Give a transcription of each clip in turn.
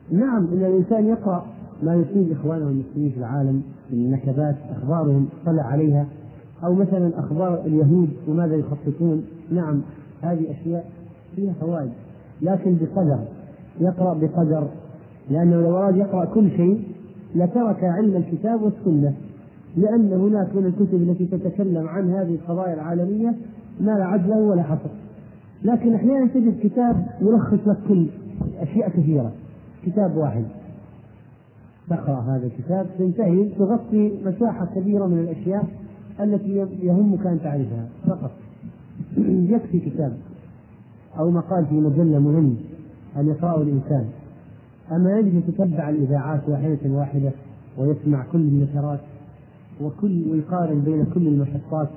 نعم، إن الإنسان يقرأ ما يصيب إخوانه المسلمين في العالم من النكبات، أخبارهم طلع عليها، أو مثلا أخبار اليهود وماذا يخططون. نعم، هذه أشياء فيها فوائد، لكن بقدر، يقرأ بقدر، لأنه لو أراد يقرأ كل شيء لترك علم الكتاب والسنة، لأن هناك من الكتب التي تتكلم عن هذه القضايا العالمية ما لا عد له ولا حصر. لكن أحيانا تجد كتاب يلخص لك كل أشياء كثيرة، كتاب واحد تقرأ هذا الكتاب تنتهي تغطي مساحة كبيرة من الأشياء التي يهمك أن تعرفها فقط. يكفي كتاب أو مقال في مجلة مهم أن يقرأه الإنسان، أما يجب يتتبع الإذاعات واحدة ويسمع كل النشرات ويقارن بين كل المحطات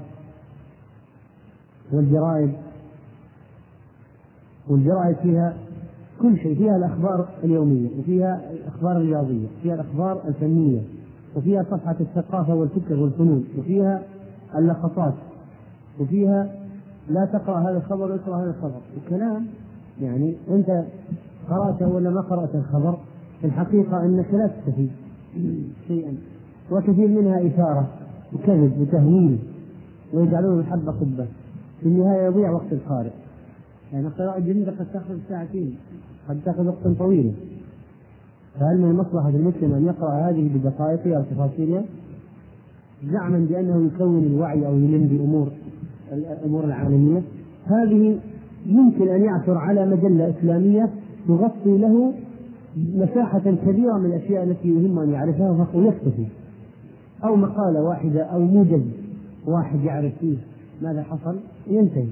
والجرائد فيها كل شيء، فيها الأخبار اليومية، وفيها الأخبار الرياضية، وفيها الأخبار الفنية، وفيها صفحة الثقافة والفكر والفنون، وفيها اللقطات، وفيها لا تقرأ هذا الخبر ويقرأ هذا الخبر، وكلام يعني أنت قرأته ولا ما قرأت الخبر في الحقيقة أنك لا تستفيد شيئا، وكثير منها إثارة وكذب وتهويل، ويجعلون الحبة قبة، في النهاية يضيع وقت القارئ. يعني قراءة جريدة قد تأخذ ساعتين، قد تأخذ وقتا طويلا، فهل من مصلحة المسلم أن يقرأ هذه بدقائقها وتفاصيلها زعما بأنه يكون الوعي أو يلم بأمور العالمية؟ هذه يمكن أن يعثر على مجلة إسلامية تغطي له مساحة كبيرة من الأشياء التي يهم أن يعرفها ويكتفي، أو مقالة واحدة أو موجز واحد يعرف فيه ماذا حصل ينتهي.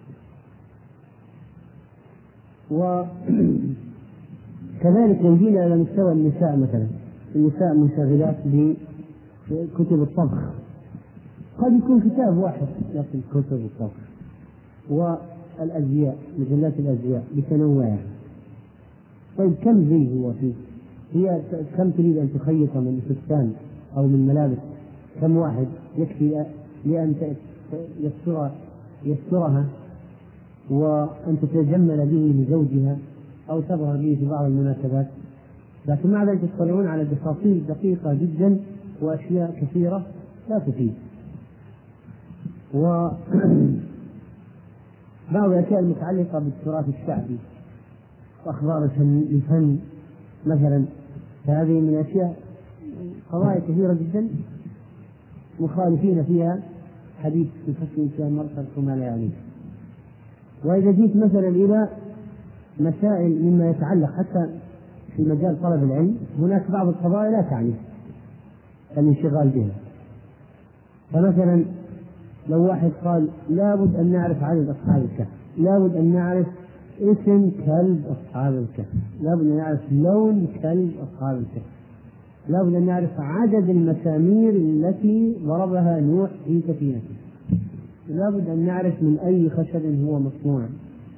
وكذلك لو جينا إلى مستوى النساء، مثلا النساء منشغلات بكتب الطبخ، قد يكون كتاب واحد يصل كتب الطبخ، والأزياء، مجلات الأزياء بتنوعها. طيب كم زي هو فيه؟ هي كم تريد أن تخيط من فستان أو من ملابس؟ كم واحد يكفي لأن يسترها وأن تتجمل به لزوجها أو تظهر به في بعض المناسبات؟ لكن مع ذلك يطلعون على تفاصيل دقيقة جدا وأشياء كثيرة لا تفيد. وبعض الأشياء المتعلقة بالتراث الشعبي وأخبار الفن مثلا، فهذه من الأشياء قضايا كثيرة جدا مخالفين فيها حديث في فصل إنسان مرسل كما لا يعني. وإذا جيت مثلا إلى مسائل مما يتعلق حتى في مجال طلب العلم، هناك بعض القضايا لا تعني الانشغال بها. فمثلا لو واحد قال لابد أن نعرف عدد أصحاب الكهف، لابد أن نعرف اسم كلب أصحاب الكهف، لابد أن نعرف لون كلب أصحاب الكهف، لابد أن نعرف عدد المسامير التي ضربها نوح في سفينته، لابد أن نعرف من أي خشب هو مصنوع.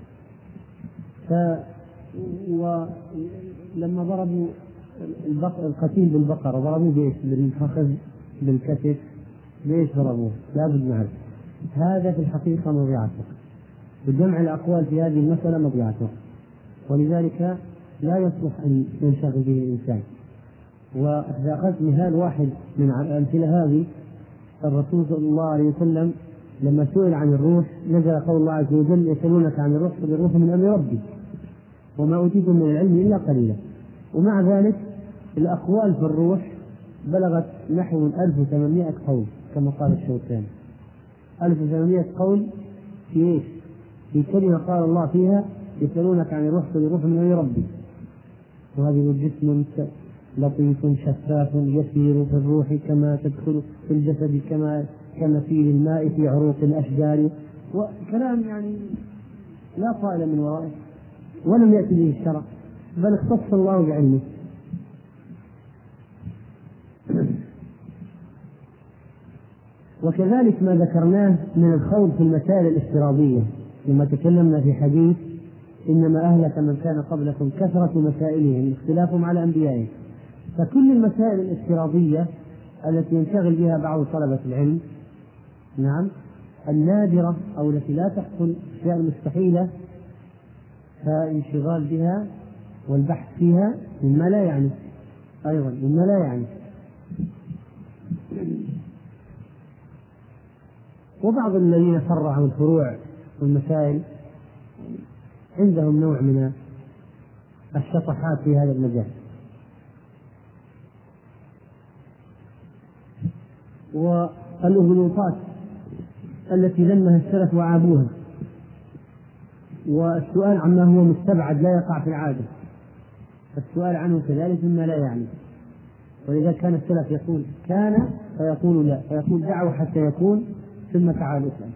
ولما ضربوا القتيل بالبقرة ضربوه بإيش؟ بالفخذ، بالكتف، بإيش ضربوه؟ لابد نعرف. هذا في الحقيقة مضيعة وقت، وجمع الأقوال في هذه المسألة مضيعة وقت، ولذلك لا يصلح أن ينشغل به الإنسان. وإذا أخذت مثال واحد من الأمثلة هذه، الرسول صلى الله عليه وسلم لما سئل عن الروح نزل قول الله عز وجل يسألونك عن الروح قل الروح من أمر ربي وما أوتيتم من العلم إلا قليلا. ومع ذلك الأقوال في الروح بلغت نحو 1800 قول كما قال الشوكاني. 1800 قول في إيش؟ في كلمة قال الله فيها يسألونك عن الروح قل الروح من أمر ربي، وهذه جسم لطيف شفاف يسير في الروح كما تدخل في الجسد كمثيل الماء في عروق الأشجار، وكلام يعني لا طائل من ورائه، ولم يأتي به الشرع بل اختص الله بعلمه. وكذلك ما ذكرناه من الخوض في المسائل الافتراضية، لما تكلمنا في حديث إنما أهلك من كان قبلكم كثرة مسائلهم اختلافهم على أنبيائهم. فكل المسائل الافتراضية التي ينشغل بها بعض طلبة العلم، نعم، النادرة أو التي لا تحصل، الأشياء المستحيلة، فانشغال بها والبحث فيها مما لا يعني، أيضا مما لا يعني. وبعض الذين فرعوا الفروع والمسائل عندهم نوع من الشطحات في هذا المجال. والأغلوطات التي ذمها السلف وعابوها، والسؤال عما هو مستبعد لا يقع في العادة، السؤال عنه كذلك مما لا يعني. ولذا كان السلف يقول كان فيقول لا، فيقول دعوا حتى يكون ثم تعال اسأل.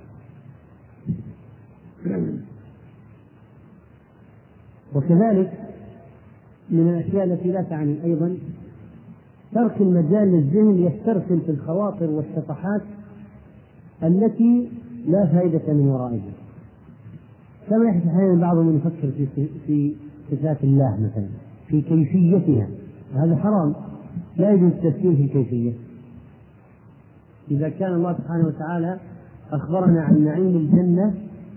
وكذلك من الأشياء التي لا تعني أيضا ترك المجال للذهن يسترسل في الخواطر والشطحات التي لا فائدة من ورائها. كما يحدث أحيانا بعضهم يفكر في صفات الله مثلا، في كيفيتها، هذا حرام، لا يجوز التفكير في الكيفية. إذا كان الله سبحانه وتعالى أخبرنا عن نعيم الجنة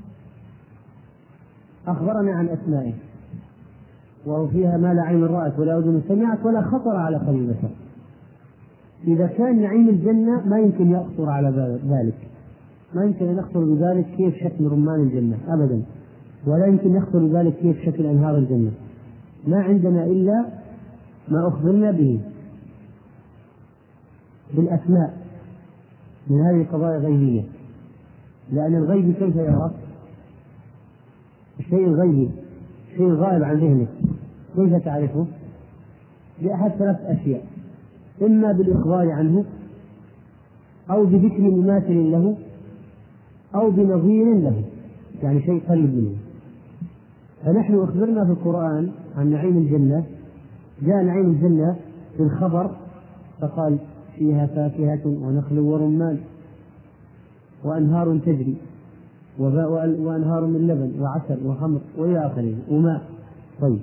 أخبرنا عن أسمائه، وهو فيها ما لا عين رأت ولا أذن سمعت ولا خطر على قلب بشر. إذا كان نعيم الجنة ما يمكن يخطر على ذلك، ما يمكن أن يخطر بذلك كيف شكل رمان الجنة أبدا، ولا يمكن يخطر بذلك كيف شكل أنهار الجنة. ما عندنا إلا ما أخبرنا به بالأسماء من هذه القضايا الغيبية، لأن الغيب كيف يرى؟ الشيء الغيبي شيء غائب عن ذهنك، كيف تعرفه؟ بأحد ثلاث أشياء: إما بالإخبار عنه، أو بذكر مماثل له، أو بنظير له، يعني شيء قريب منه. فنحن أخبرنا في القرآن عن نعيم الجنة، جاء نعيم الجنة في الخبر فقال فيها فاكهة ونخل ورمان وأنهار تجري وأنهار من لبن وعسل وخمر وإلى آخره وماء. طيب،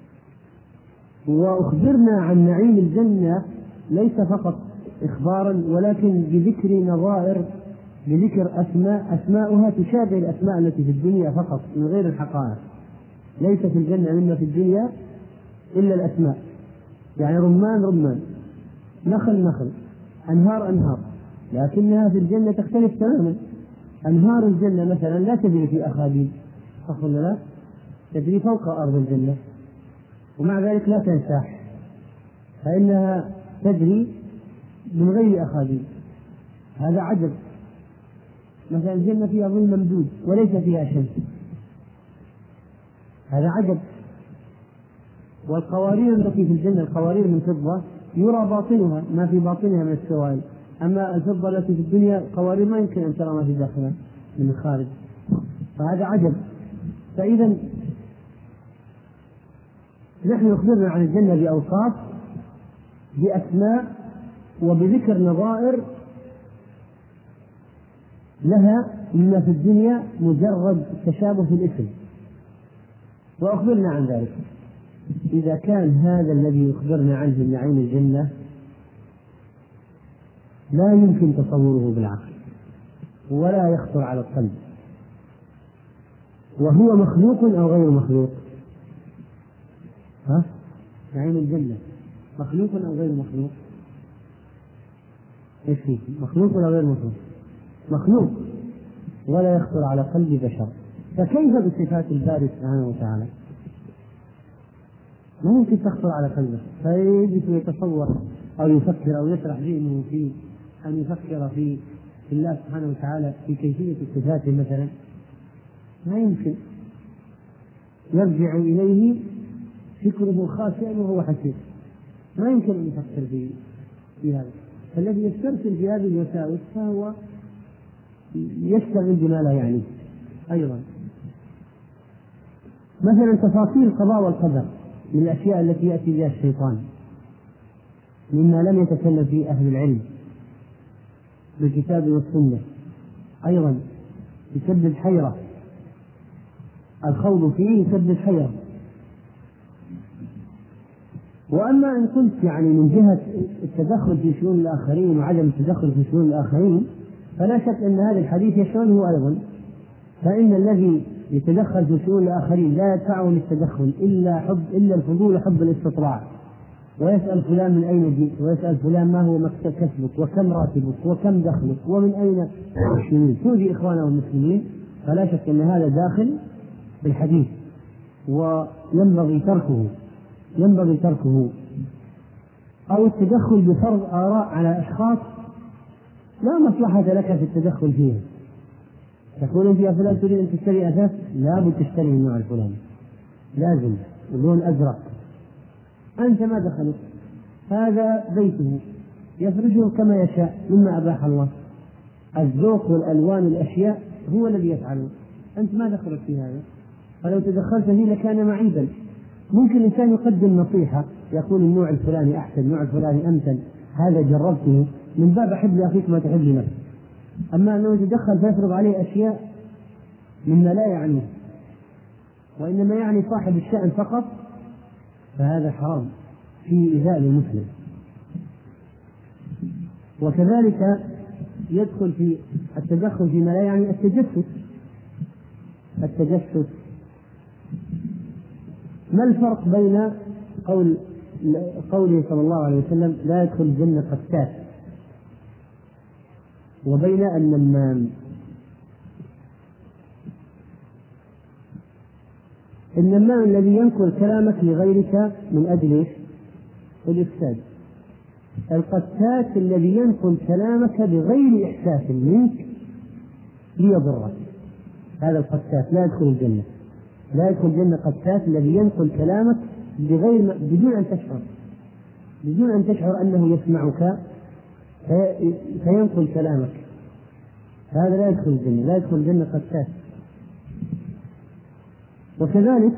وأخبرنا عن نعيم الجنة ليس فقط إخبارا، ولكن بذكر نظائر، بذكر أسماؤها تشابه الأسماء التي في الدنيا فقط من غير الحقائق. ليس في الجنة مما في الدنيا إلا الأسماء، يعني رمان رمان، نخل نخل، أنهار أنهار، لكنها في الجنة تختلف تماما. أنهار الجنة مثلا لا تجري في أخاديد، أصلا لا تجري فوق أرض الجنة، ومع ذلك لا تنساح، فإنها تجري من غير أخاديد. هذا عجب. مثلا الجنة فيها ظل ممدود وليس فيها شمس، هذا عجب. والقوارير التي في الجنة القوارير من فضة يرى باطنها، ما في باطنها من السوائل، أما الفضة التي في الدنيا قوارير ما يمكن أن ترى ما في داخلها من الخارج، فهذا عجب. فإذا نحن أخبرنا عن الجنة بأوصاف، بأسماء، وبذكر نظائر لها مما في الدنيا مجرد تشابه في الاسم، وأخبرنا عن ذلك. إذا كان هذا الذي يخبرنا عنه من نعيم الجنة لا يمكن تصوره بالعقل ولا يخطر على القلب، وهو مخلوق أو غير مخلوق؟ نعيم الجنة مخلوق أو غير مخلوق؟ إيش فيه؟ مخلوق ولا غير مخلوق؟ مخلوق، ولا يخطر على قلب بشر، فكيف بصفات الباري سبحانه وتعالى؟ ما ممكن تخطر على قلبه، فيجلس يتصور أو يفكر أو يسرح ذهنه في أن يفكر في الله سبحانه وتعالى في كيفية صفاته مثلا، ما يمكن. يرجع إليه فكره خاسئا وهو حسيس، ما يمكن أن يفكر في هذا. فالذي يسترسل في هذه الوساوس فهو يشتغل بما لا يعنيه. أيضا مثلا تفاصيل القضاء والقدر من الأشياء التي يأتي بها الشيطان، مما لم يتكلم فيه أهل العلم بالكتاب والسنة، أيضا يسبب حيرة، الخوض فيه يسبب حيرة. وأما إن كنت يعني من جهة التدخل في شؤون الآخرين وعدم التدخل في شؤون الآخرين، فلا شك أن هذا الحديث يشمله أيضا. فإن الذي يتدخل في شؤون الآخرين لا يدفعه للتدخل إلا الفضول وحب الاستطلاع، ويسأل فلان من أين جئت، ويسأل فلان ما هو كسبك، وكم راتبك، وكم دخلك، ومن أين تؤذي إخوانه المسلمين. فلا شك أن هذا داخل بالحديث وينبغي تركه. أو التدخل بفرض آراء على أشخاص لا مصلحة لك في التدخل فيهم. تقول أنت يا فلان تريد أن تشتري أثاث، لابد تشتري من النوع الفلاني، لازم اللون أزرق، أنت ما دخلت، هذا بيته يفرشه كما يشاء مما أباح الله، الذوق والألوان الأشياء هو الذي يفعله، أنت ما دخلت في هذا. فلو تدخلت فيه لكان معيبا. ممكن الإنسان يقدم نصيحة يقول النوع الفلاني أحسن، النوع الفلاني أمثل، هذا جربته من باب أحب لأخيك ما تحب لنفسك. أما أنه يتدخل فيفرض عليه أشياء مما لا يعنيه وإنما يعني صاحب الشأن فقط، فهذا حرام في إيذاء المسلم. وكذلك يدخل في التدخل فيما لا يعني التجسس. ما الفرق بين قوله صلى الله عليه وسلم لا يدخل الجنة قتات وبين النمام؟ النمام الذي ينقل كلامك لغيرك من أجل الإفساد، القتات الذي ينقل كلامك بغير إحساس منك ليضرك، هذا القتات لا يدخل الجنة. لا يدخل الجنة قتات الذي ينقل كلامك بدون أن تشعر أنه يسمعك فينقل كلامك، هذا لا يدخل الجنة. لا يدخل الجنة قتات. وكذلك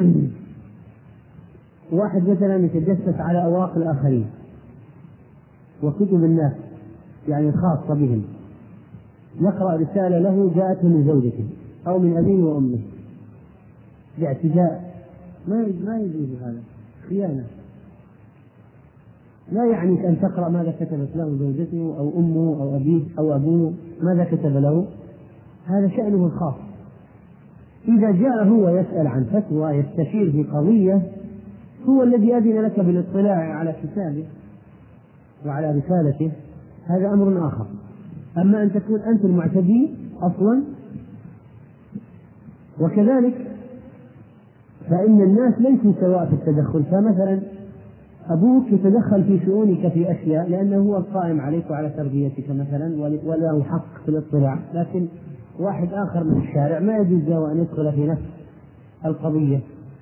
واحد مثلا يتجسس على أوراق الآخرين وكتب الناس يعني خاصة بهم، يقرأ رسالة له جاءته من زوجته أو من أبيه وأمه باعتداء، ما يجوز هذا، خيانة. لا يعنيك أن تقرأ ماذا كتبت له زوجته أو أمه أو أبيه أو أبوه ماذا كتب له، هذا شأنه الخاص. إذا جاء هو يسأل عن فتوى يستشير في قضية هو الذي أذن لك بالاطلاع على كتابه وعلى رسالته، هذا أمر آخر. أما أن تكون أنت المعتدي أصلا. وكذلك فإن الناس ليسوا سواء في التدخل، فمثلا أبوك يتدخل في شؤونك في أشياء لأنه هو القائم عليك وعلى تربيتك مثلا وله حق في الاطلاع، لكن واحد آخر من الشارع ما يجوز له أن يدخل في نفس القضية.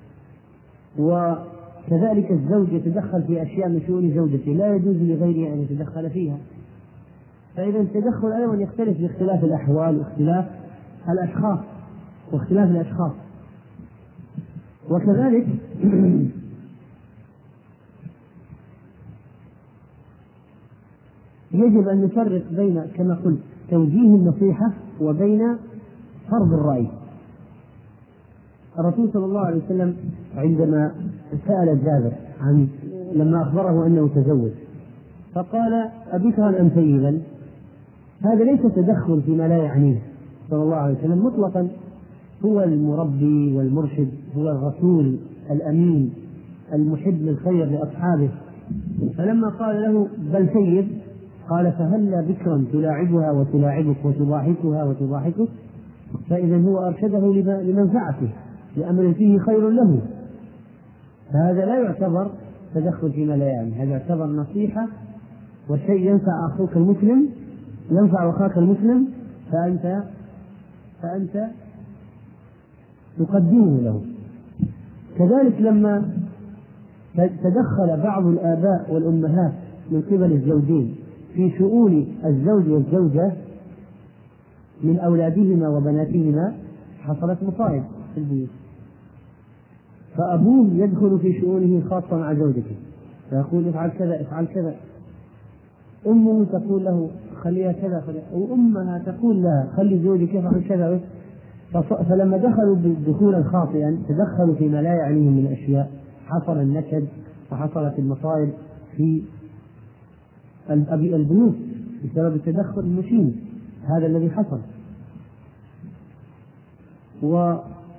وكذلك الزوج يتدخل في أشياء من شؤون زوجته لا يجوز لغيره أن يتدخل فيها. فإذا التدخل أيضا يختلف باختلاف الأحوال واختلاف الأشخاص. وكذلك يجب أن نفرق بين كما قلت توجيه النصيحة وبين فرض الرأي. الرسول صلى الله عليه وسلم عندما سأل جابر لما أخبره أنه تزوج فقال أبكرا أم ثيبا، هذا ليس تدخل فيما لا يعنيه صلى الله عليه وسلم مطلقا، هو المربي والمرشد، هو الرسول الأمين المحب للخير لأصحابه. فلما قال له بل ثيب قال فهلا بكرا تلاعبها وتلاعبك وتضاحكها وتضاحكك، فإذا هو أرشده لمنفعته لأمر فيه خير له. فهذا لا يعتبر تدخل فيما لا يعني، هذا يعتبر نصيحة وشيء ينفع أخوك المسلم، ينفع أخاك المسلم، فأنت تقدمه له. كذلك لما تدخل بعض الآباء والأمهات من قبل الزوجين في شؤون الزوج والزوجة من أولادهما وبناتهما حصلت مصائب في البيوت، فأبوه يدخل في شؤونه الخاصة مع زوجته فيقول افعل كذا افعل كذا، أمه تقول له خليها كذا وأمها تقول لها خلي زوجك يفعل كذا. فلما دخلوا دخولا خاطئا تدخلوا فيما لا يعنيهم من أشياء، حصل النكد وحصلت المصائب في البيوت بسبب التدخل المشين، هذا الذي حصل.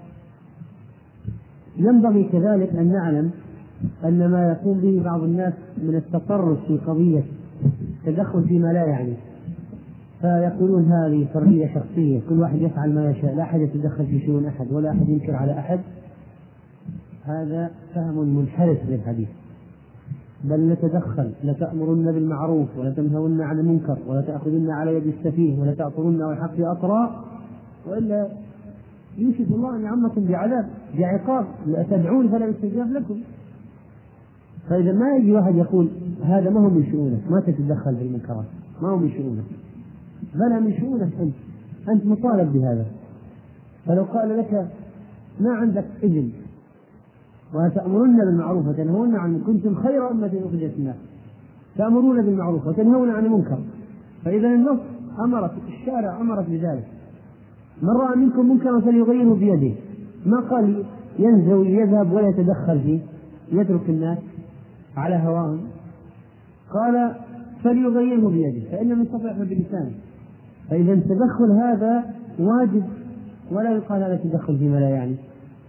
ينبغي كذلك أن نعلم أن ما يقوم به بعض الناس من التطرف في قضية تدخل فيما لا يعني، فيقولون هذه حرية شخصية، كل واحد يفعل ما يشاء، لا أحد يتدخل في شؤون أحد ولا أحد ينكر على أحد، هذا فهم منحرف للحديث. بل نتدخل، لتأمرن بالمعروف ولتنهون عن المنكر ولتأخذن على يد السفيه ولتأطرن والحق أطرا، وإلا يوشك الله أن يعمكم بعذاب بعقاب، تدعون فلا يستجاب لكم. فإذا ما يجي واحد يقول هذا ما هو من شؤونك، ما تتدخل في المنكرات، ما هو من شؤونك، بل من شؤونك أنت مطالب بهذا. فلو قال لك ما عندك إذن وتأمرون بالمعروف وتنهون عن المنكر، كنتم خير أمة أخرجت الناس، تأمرون بالمعروف وتنهون عن المنكر، فإذا النص أمرت، الشارع أمرت بذلك. من رأى منكم منكرا فليغيره بيده، ما قال ينزوي يذهب ولا يتدخل فيه يترك الناس على هواهم، قال فليغيره بيده فإن لم يستطع بلسانه. فإذا التدخل هذا واجب ولا يقال هذا تدخل فيما لا يعني.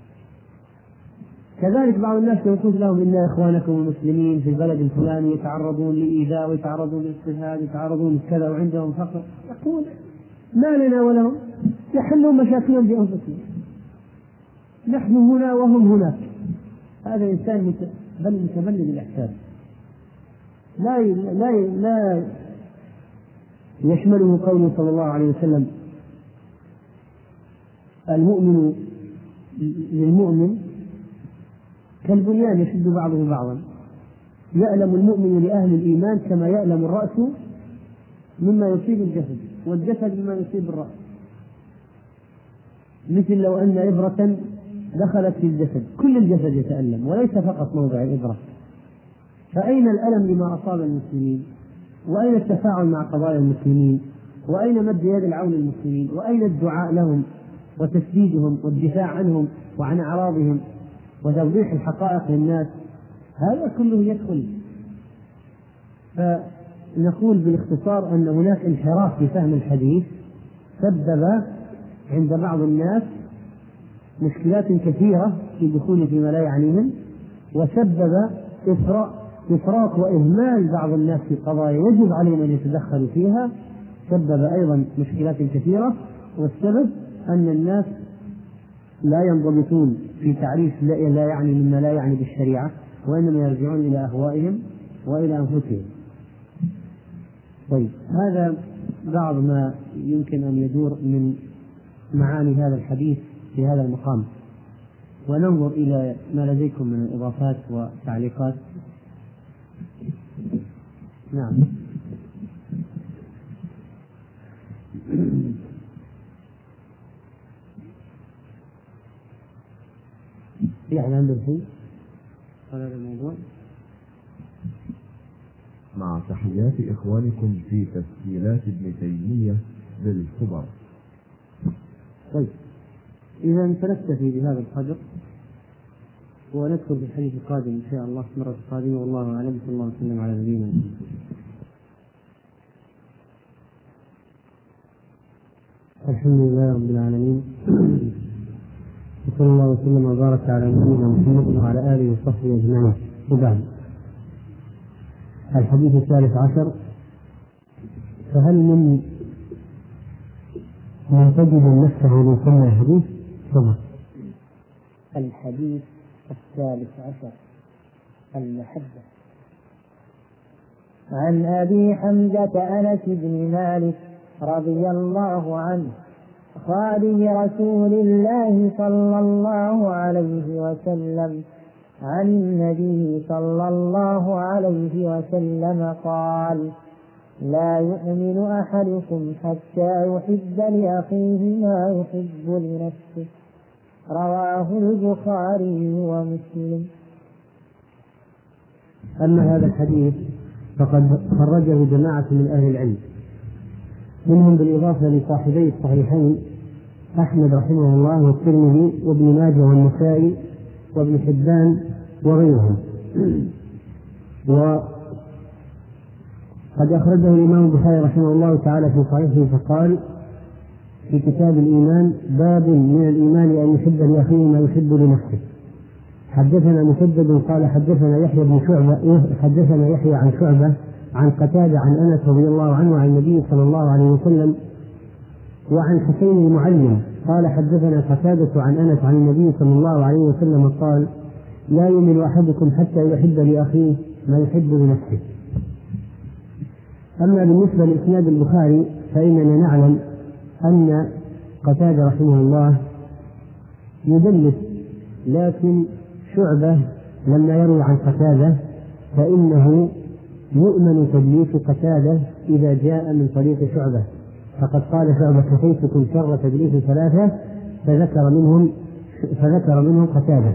كذلك بعض الناس يقول لهم إن إخوانكم المسلمين في البلد الفلاني يتعرضون لإيذاء ويتعرضون لاضطهاد ويتعرضون لكذا وعندهم فقر، يقول ما لنا ولهم، يحلون مشاكلهم بأنفسهم، نحن هنا وهم هناك. هذا إنسان متبلد الإحساس، لا يشمله قوله صلى الله عليه وسلم المؤمن للمؤمن كالبنيان يشد بعضه بعضا، يألم المؤمن لأهل الإيمان كما يألم الرأس مما يصيب الجسد والجسد مما يصيب الرأس. مثل لو أن إبرة دخلت في الجسد كل الجسد يتألم وليس فقط موضع الإبرة. فأين الألم لما أصاب المسلمين؟ وأين التفاعل مع قضايا المسلمين؟ وأين مد يد العون للمسلمين؟ وأين الدعاء لهم وتسديدهم والدفاع عنهم وعن أعراضهم وتوضيح الحقائق للناس؟ هذا كله يدخل. فنقول بالاختصار أن هناك انحراف في فهم الحديث سبب عند بعض الناس مشكلات كثيرة في دخول فيما لا يعنيهم، وسبب إفراط وإهمال بعض الناس في قضايا يجب عليهم أن يتدخلوا فيها، سبب أيضا مشكلات كثيرة. والسبب أن الناس لا ينضبطون في تعريف لا يعني مما لا يعني بالشريعة، وإنما يرجعون إلى أهوائهم وإلى أنفسهم. طيب، هذا بعض ما يمكن أن يدور من معاني هذا الحديث في هذا المقام، وننظر إلى ما لديكم من الإضافات والتعليقات. نعم. يعني عنده شيء على هذا الموضوع؟ مع تحيات إخوانكم في تسجيلات ابن تيمية للكبر. طيب، إذا سنكتفي بهذا القدر وندخل في الحديث القادم إن شاء الله مرة قادمة، والله أعلم. صلى الله وسلم على نبينا محمد. الحمد لله رب العالمين، وصلى الله وسلم وبارك على نبينا محمد وعلى آله وصحبه أجمعين. وبعد، الحديث 13، فهل من تجد نفسه ليسمى حديث؟ ثم الحديث 13 المحبة. عن أبي حمزة أنس بن مالك رضي الله عنه خادم رسول الله صلى الله عليه وسلم عن النبي صلى الله عليه وسلم قال: لا يؤمن أحدكم حتى يحب لأخيه ما يحب لنفسه. رواه البخاري ومسلم. أما هذا الحديث فقد خرجه جماعة من أهل العلم، منهم بالإضافة لصاحبي الصحيحين أحمد رحمه الله والترمذي وابن ماجه والنسائي وابن حبان وغيرهم. وقد أخرجه الإمام البخاري رحمه الله تعالى في صحيحه فقال في كتاب الإيمان: باب من الإيمان أن يحب لأخيه ما يحب لنفسه. حدثنا مسدد قال حدثنا يحيى بن شعبة حدثنا يحيى عن شعبة عن قتادة عن أنس رضي الله عنه عن النبي صلى الله عليه وسلم وعن حسين المعلم قال حدثنا قتادة عن أنس عن النبي صلى الله عليه وسلم قال لا يؤمن أحدكم حتى يحب لأخيه ما يحب لنفسه. أما بالنسبة لإسناد البخاري فإننا نعلم أن قتادة رحمه الله يدلس، لكن شعبة لما يروي عن قتادة فإنه يؤمن تدليس قتادة إذا جاء من طريق شعبة، فقد قال شعبة كفيتكم شر تدليس ثلاثة فذكر منهم قتادة.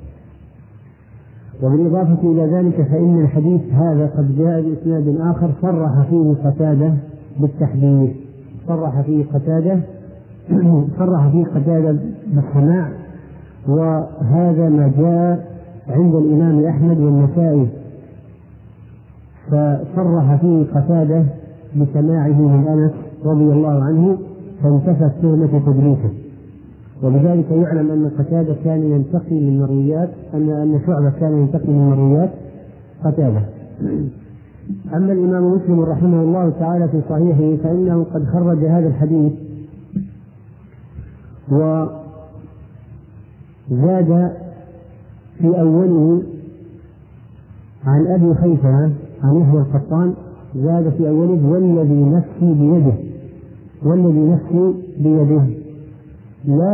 وبالإضافة إلى ذلك فإن الحديث هذا قد جاء بإسناد آخر صرح فيه قتادة بالتحديث، صرح فيه قتادة بالسماع، وهذا ما جاء عند الإمام أحمد والنسائي، فصرح فيه قتادة بسماعه من أنس رضي الله عنه فانتفت تهمة تدليسه. وبذلك يعلم أن قتادة كان ينتقي من مرويات أن شعبة كان ينتقي من مرويات قتادة. أما الإمام مسلم رحمه الله تعالى في صحيحه فإنه قد خرج هذا الحديث وزاد في أوله عن أبي خيثمة عن يحيى القطان، زاد في أوله والذي نفسي بيده لا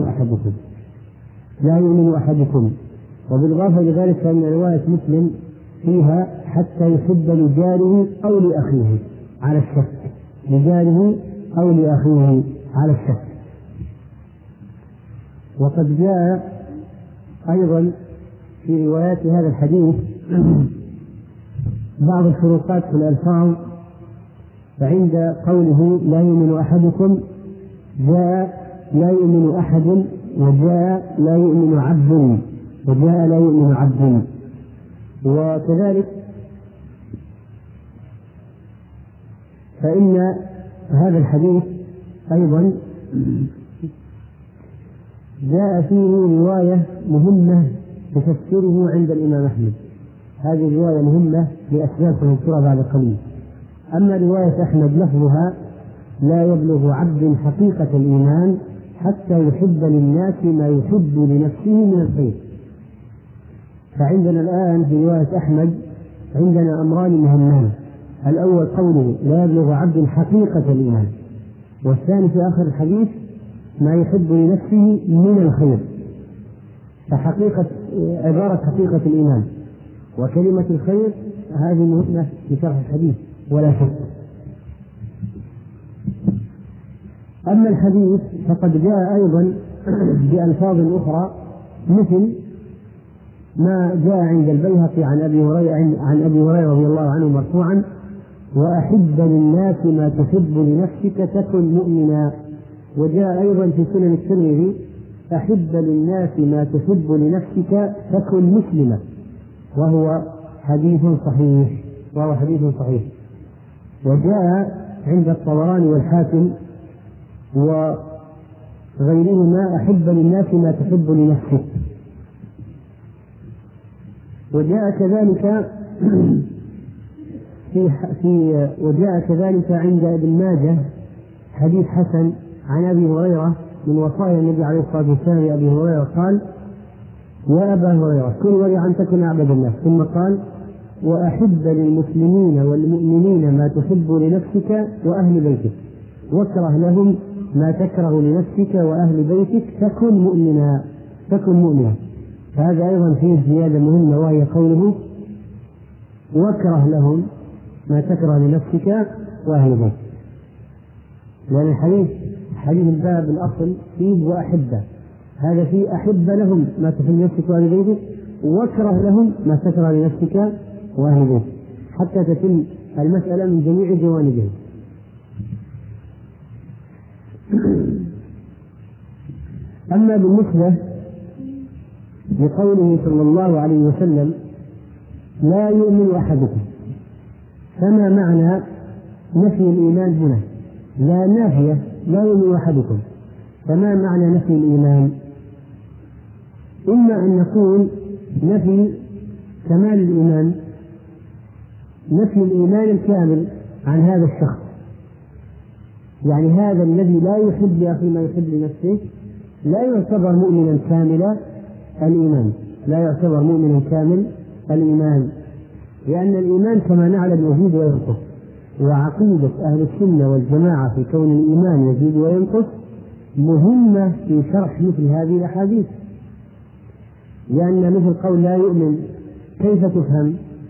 يؤمن أحدكم. وبالإضافة لذلك فإن رواية مسلم فيها حتى يحب لجاره أو لأخيه على الشك، وقد جاء أيضا في روايات هذا الحديث بعض الفروقات في الألفاظ، فعند قوله لا يؤمن أحدكم جاء لا يؤمن أحد، وجاء لا يؤمن عبد، وكذلك فإن هذا الحديث أيضا جاء فيه رواية مهمة تفسره عند الإمام أحمد، هذه الرواية مهمة لأسباب سنذكرها بعد قليل. أما رواية أحمد لفظها لا يبلغ عبد حقيقة الإيمان حتى يحب للناس ما يحب لنفسه من الخير. فعندنا الآن في رواية أحمد عندنا أمران مهمان، الأول قوله لا يبلغ عبد حقيقة الإيمان، والثاني في آخر الحديث ما يحب لنفسه من الخير. فحقيقة عبارة حقيقة الإيمان وكلمة الخير هذه مهمة في شرح الحديث ولا شك. أما الحديث فقد جاء أيضا بألفاظ أخرى مثل ما جاء عند البيهقي عن أبي هريرة رضي الله عنه مرفوعا وأحب للناس ما تحب لنفسك تكن مؤمنا. وجاء أيضا في سنن الترمذي أحب للناس ما تحب لنفسك تكن مسلما، وهو حديث صحيح. وجاء عند الطبراني والحاكم وغيرهما أحب للناس ما تحب لنفسك. وجاء كذلك عند ابن ماجه حديث حسن عن أبي هريرة من وصايا النبي عليه الصلاة والسلام لأبي هريرة قال يا أبا هريرة كن ورعا تكن أعبد الناس، ثم قال وأحب للمسلمين والمؤمنين ما تحب لنفسك وأهل بيتك، واكره لهم ما تكره لنفسك وأهل بيتك تكن مؤمنا. فهذا أيضا فيه زيادة مهمة، وهي قوله واكره لهم ما تكره لنفسك وأهل بيتك، لأن حديث الباب الأصل فيه وأحبه، هذا فيه أحب لهم ما تحب لنفسك وأهل بيتك، واكره لهم ما تكره لنفسك وأهل بيتك، حتى تتم المسألة من جميع جوانبها. أما بالنسبة لقوله صلى الله عليه وسلم لا يؤمن أحدكم، فما معنى نفي الإيمان هنا؟ لا نافية، لا يؤمن أحدكم، فما معنى نفي الإيمان؟ إما أن نقول نفي كمال الإيمان، نفي الإيمان الكامل عن هذا الشخص. يعني هذا الذي لا يحب لأخيه ما يحب لنفسه لا يعتبر مؤمنا كامل الإيمان، لا يعتبر مؤمنا كامل الإيمان، لأن الإيمان كما نعلم يزيد وينقص، وعقيدة أهل السنة والجماعة في كون الإيمان يزيد وينقص مهمة في شرح مثل هذه الأحاديث، لأن مثل قول لا يؤمن كيف تفهم؟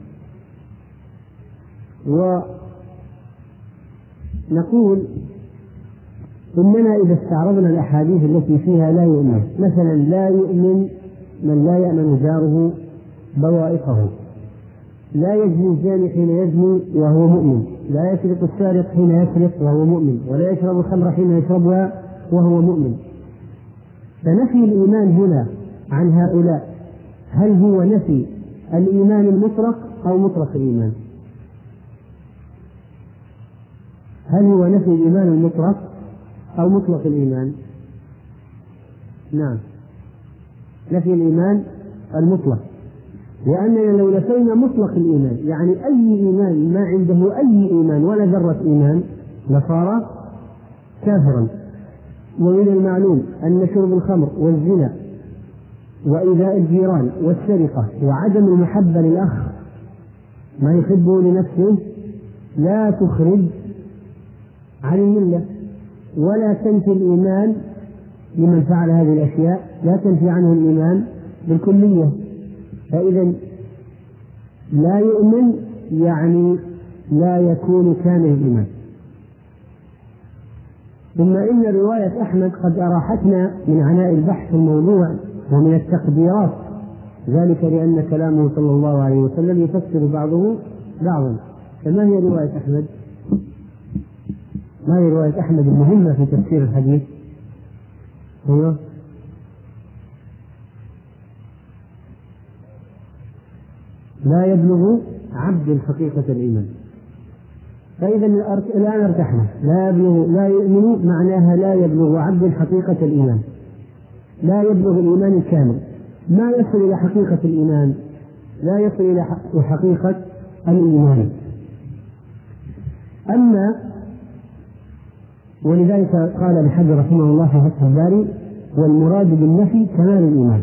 ونقول إننا إذا استعرضنا الأحاديث التي فيها لا يؤمن، مثلا لا يؤمن من لا يأمن جاره بوائقه، لا يزني الزاني حين يزني وهو مؤمن، لا يسرق السارق حين يسرق وهو مؤمن، ولا يشرب الخمر حين يشربها وهو مؤمن. فنفي الإيمان هنا عن هؤلاء هل هو نفي الإيمان المطلق أو مطلق الإيمان؟ هل هو نفي الإيمان المطلق أو مطلق الإيمان؟ نعم، نفي الإيمان المطلق، لأننا لو نفينا مطلق الإيمان يعني أي إيمان ما عنده أي إيمان ولا ذرة إيمان لصار كافرا. ومن المعلوم أن شرب الخمر والزنا وإيذاء الجيران والسرقة وعدم المحبة للأخ ما يحبه لنفسه لا تخرج عن الملة ولا تنفي الإيمان لمن فعل هذه الأشياء، لا تنفي عنه الإيمان بالكلية. فإذا لا يؤمن يعني لا يكون كامل الإيمان. ثم إن رواية أحمد قد أراحتنا من عناء البحث في الموضوع ومن التقديرات، ذلك لأن كلامه صلى الله عليه وسلم يفسر بعضه بعضا. فما هي رواية أحمد؟ ما هي رواية أحمد المهمة في تفسير الحديث؟ هو لا يبلغ عبد حقيقة الإيمان. فإذا الآن ارتحنا، لا يؤمن معناها لا يبلغ عبد حقيقة الإيمان، لا يبلغ الإيمان الكامل، ما يصل إلى حقيقة الإيمان، لا يصل إلى حقيقة الإيمان. أما ولذلك قال ابن حجر رحمه الله في فتح الباري: والمراد بالنفي كمال الإيمان،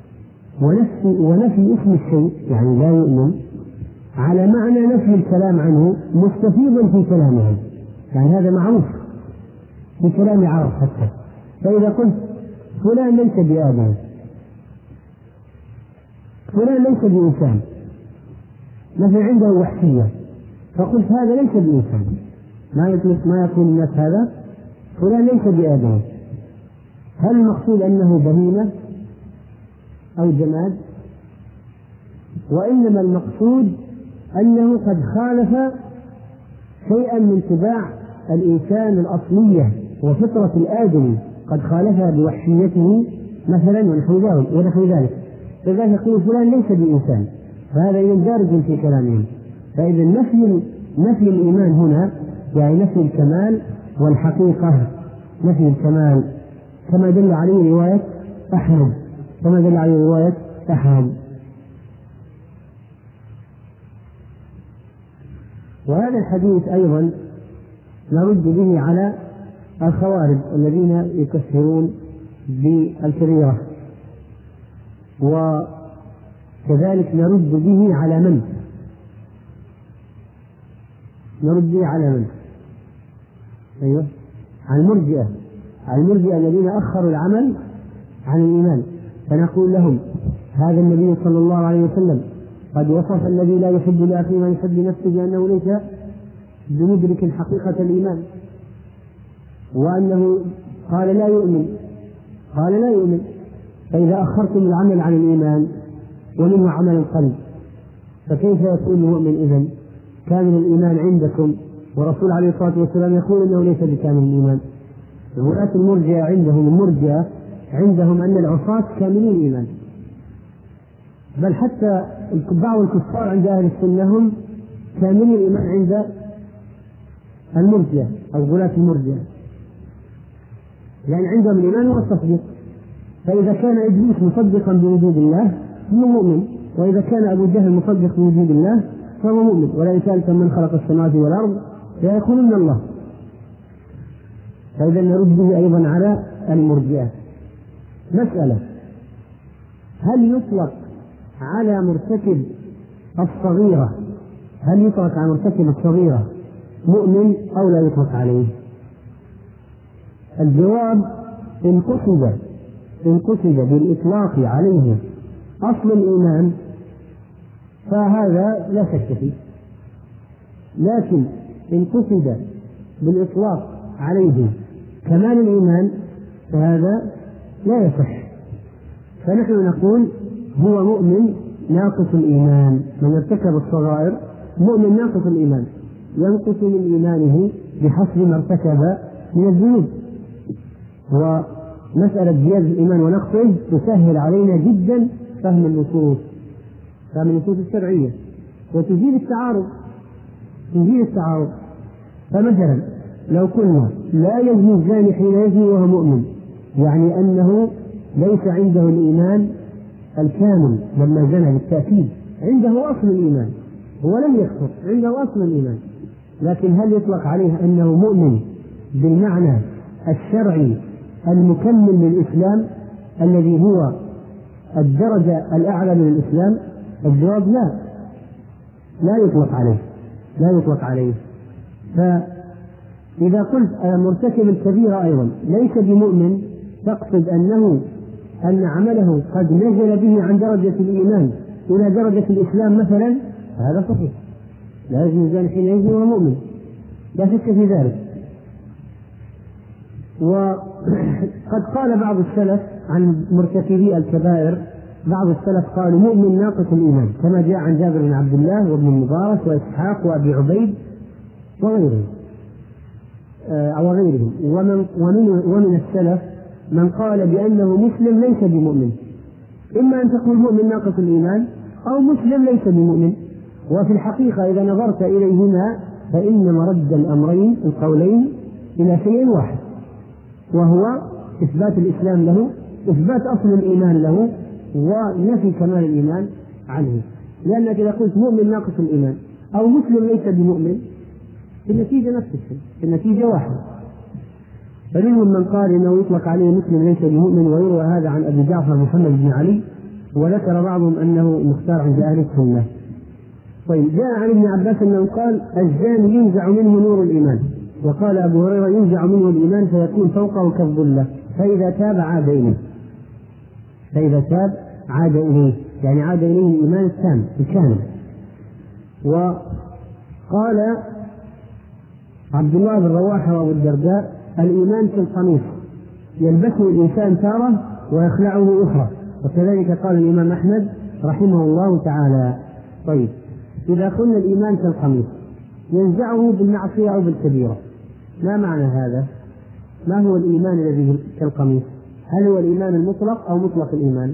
ونفي اسم الشيء يعني لا يؤمن على معنى نفي الكلام عنه مستفيضا في كلامهم، يعني هذا معروف في كلام عرب حتى. فإذا قلت فلان ليس بآدم، فلان ليس بإنسان، مثل عنده وحشية، فقلت هذا ليس بإنسان، ما يكون الناس هذا فلان ليس بآدم، هل المقصود أنه بهيمة أو جماد؟ وإنما المقصود أنه قد خالف شيئا من طباع الإنسان الأصلية وفطرة الآدمي، قد خالفها بوحشيته مثلا ونحو ذلك. فإذا يقول فلان ليس بإنسان فهذا يندرج في كلامهم. فإذا نفي الإيمان هنا يعني نفي الكمال والحقيقة، نفي الكمال كما دل عليه رواية أحمد. وهذا الحديث أيضا نرد به على الخوارج الذين يكفرون بالكبيرة، وكذلك نرد به على من؟ أيوه، على المرجئة الذين أخروا العمل عن الإيمان. فنقول لهم: هذا النبي صلى الله عليه وسلم قد وصف الذي لا يحب لأخيه ما يحب لنفسه بأنه ليس بمدرك حقيقة الإيمان، وأنه قال لا يؤمن. فإذا أخرتم العمل عن الإيمان ومنه عمل القلب فكيف يكون مؤمن إذن؟ كامل الإيمان عندكم ورسول عليه الصلاة والسلام يقول إنه ليس بكامل الإيمان. ولاة المرجئة عندهم أن العصاة كاملين الإيمان، بل حتى بعض الكفار عند أهل السنة هم كاملين الإيمان عند المرجئة أو ولاة المرجئة، يعني عندهم الإيمان والتصديق. فإذا كان إبليس مصدقا بوجود الله هو مؤمن، وإذا كان أبو جهل مصدق بوجود الله فهو مؤمن. ولئن سألتم من خلق السماوات والأرض ليقولن الله. فإذا نرد به أيضا على المرجئة. مسألة: هل يطلق على مرتكب الصغيرة مؤمن أو لا يطلق عليه؟ الجواب: إن قصد بالإطلاق عليه أصل الإيمان فهذا لا شك فيه، لكن إن قصد بالإطلاق عليه كمال الإيمان فهذا لا يصح. فنحن نقول هو مؤمن ناقص الإيمان، من ارتكب الصغائر مؤمن ناقص الإيمان، ينقص من إيمانه بحسب ما ارتكب من الذنوب. ومسألة زيادة الإيمان ونقصه تسهل علينا جدا فهم النصوص الشرعية، وتزيل التعارض. فمثلا لو قلنا لا يزني الزاني حين يزني وهو مؤمن، يعني أنه ليس عنده الإيمان الكامل لما زنى، بالتأكيد عنده أصل الإيمان، هو لم يكفر، عنده أصل الإيمان، لكن هل يطلق عليه أنه مؤمن بالمعنى الشرعي المكمل للإسلام الذي هو الدرجة الأعلى من الإسلام؟ الجواب: لا يطلق عليه. فإذا قلت مرتكب الكبيرة أيضا ليس بمؤمن، تقصد أن عمله قد نزل به عن درجة الإيمان إلى درجة الإسلام مثلا، هذا صحيح، لا يزني الزاني حين يزني وهو مؤمن، لا شك في ذلك. وقد قال بعض السلف عن مرتكبي الكبائر، بعض السلف قالوا مؤمن ناقص الإيمان، كما جاء عن جابر بن عبد الله وابن المبارك وإسحاق وأبي عبيد وغيرهم. ومن السلف من قال بأنه مسلم ليس بمؤمن، إما أن تقول مؤمن ناقص الإيمان أو مسلم ليس بمؤمن. وفي الحقيقة إذا نظرت إليهما فإن مرد الأمرين القولين إلى شيء واحد، وهو إثبات الإسلام له، إثبات أصل الإيمان له، ونفي كمال الإيمان عنه. لأنك إذا قلت مؤمن ناقص الإيمان أو مسلم ليس بمؤمن النتيجة نفس الشيء، النتيجة واحدة. فمنهم من قال إنه يطلق عليه مسلم ليس بمؤمن، ويروى هذا عن أبي جعفر محمد بن علي، وذكر بعضهم أنه مختار عند أهل السنة. طيب، جاء عن ابن عباس أنه قال الزاني ينزع منه نور الإيمان، وقال أبو هريرة ينزع منه الإيمان فيكون فوقه كالظلة، فإذا تاب عاد إليه، يعني عاد إليه الإيمان التام الكامل. وقال عبد الله بن رواحة وأبو الدرداء الإيمان كالقميص يلبسه الإنسان تارة ويخلعه أخرى، وكذلك قال الإمام أحمد رحمه الله تعالى. طيب، إذا قلنا الإيمان كالقميص ينزعه بالمعصية أو بالكبيرة، ما معنى هذا؟ ما هو الإيمان الذي كالقميص؟ هل هو الإيمان المطلق أو مطلق الإيمان؟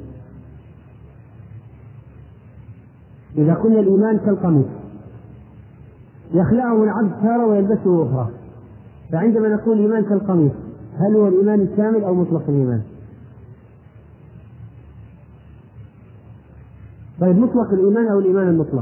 إذا قلنا الإيمان كالقميص يخلعه العبد تارة ويلبسه أخرى، فعندما نقول الإيمان كالقميص هل هو الإيمان الكامل أو مطلق الإيمان؟ طيب، مطلق الإيمان أو الإيمان المطلق؟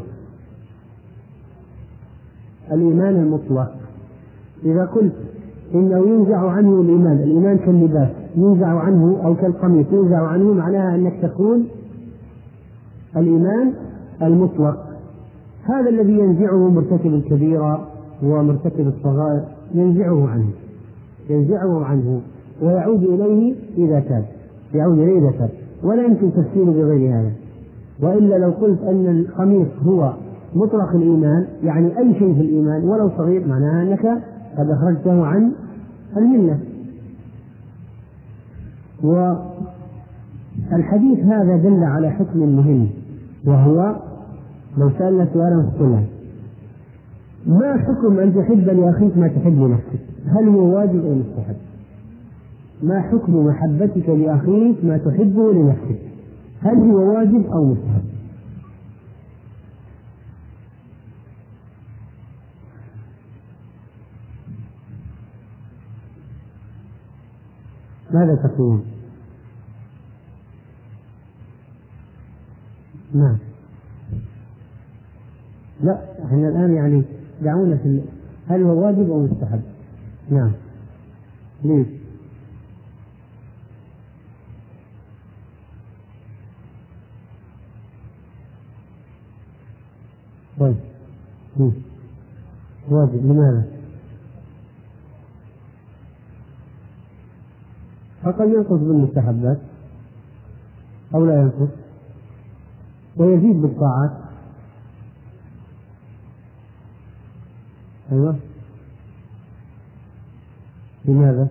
الإيمان المطلق. إذا قلت إنه ينزع عنه الإيمان كاللباس ينزع عنه أو كالقميص ينزع عنه، معناها أنك تقول الإيمان المطلق هذا الذي ينزعه مرتكب الكبيرة ومرتكب الصغائر، ينزعه عنه ويعود إليه إذا تاب، ولا يمكن تفسيره بغير هذا. وإلا لو قلت أن القميص هو مطلق الإيمان، يعني أي شيء في الإيمان ولو صغير، معناها أنك قد أخرجته عن الملة. والحديث هذا دل على حكم مهم، وهو لو سألنا سؤالا فقلنا ما حكم أن تحب لأخيك ما تحب لنفسك؟ هل هو واجب أو مستحب؟ ما حكم محبتك لأخيك ما تحبه لنفسك؟ هل هو واجب أو مستحب؟ ماذا تقولون؟ نعم. لا احنا الآن يعني دعونا في هل هو واجب أو مستحب؟ نعم. ليش؟ طيب واجب لماذا؟ فقد ينقص بالمستحبات أو لا ينقص ويزيد بالطاعات. أيوة. لماذا؟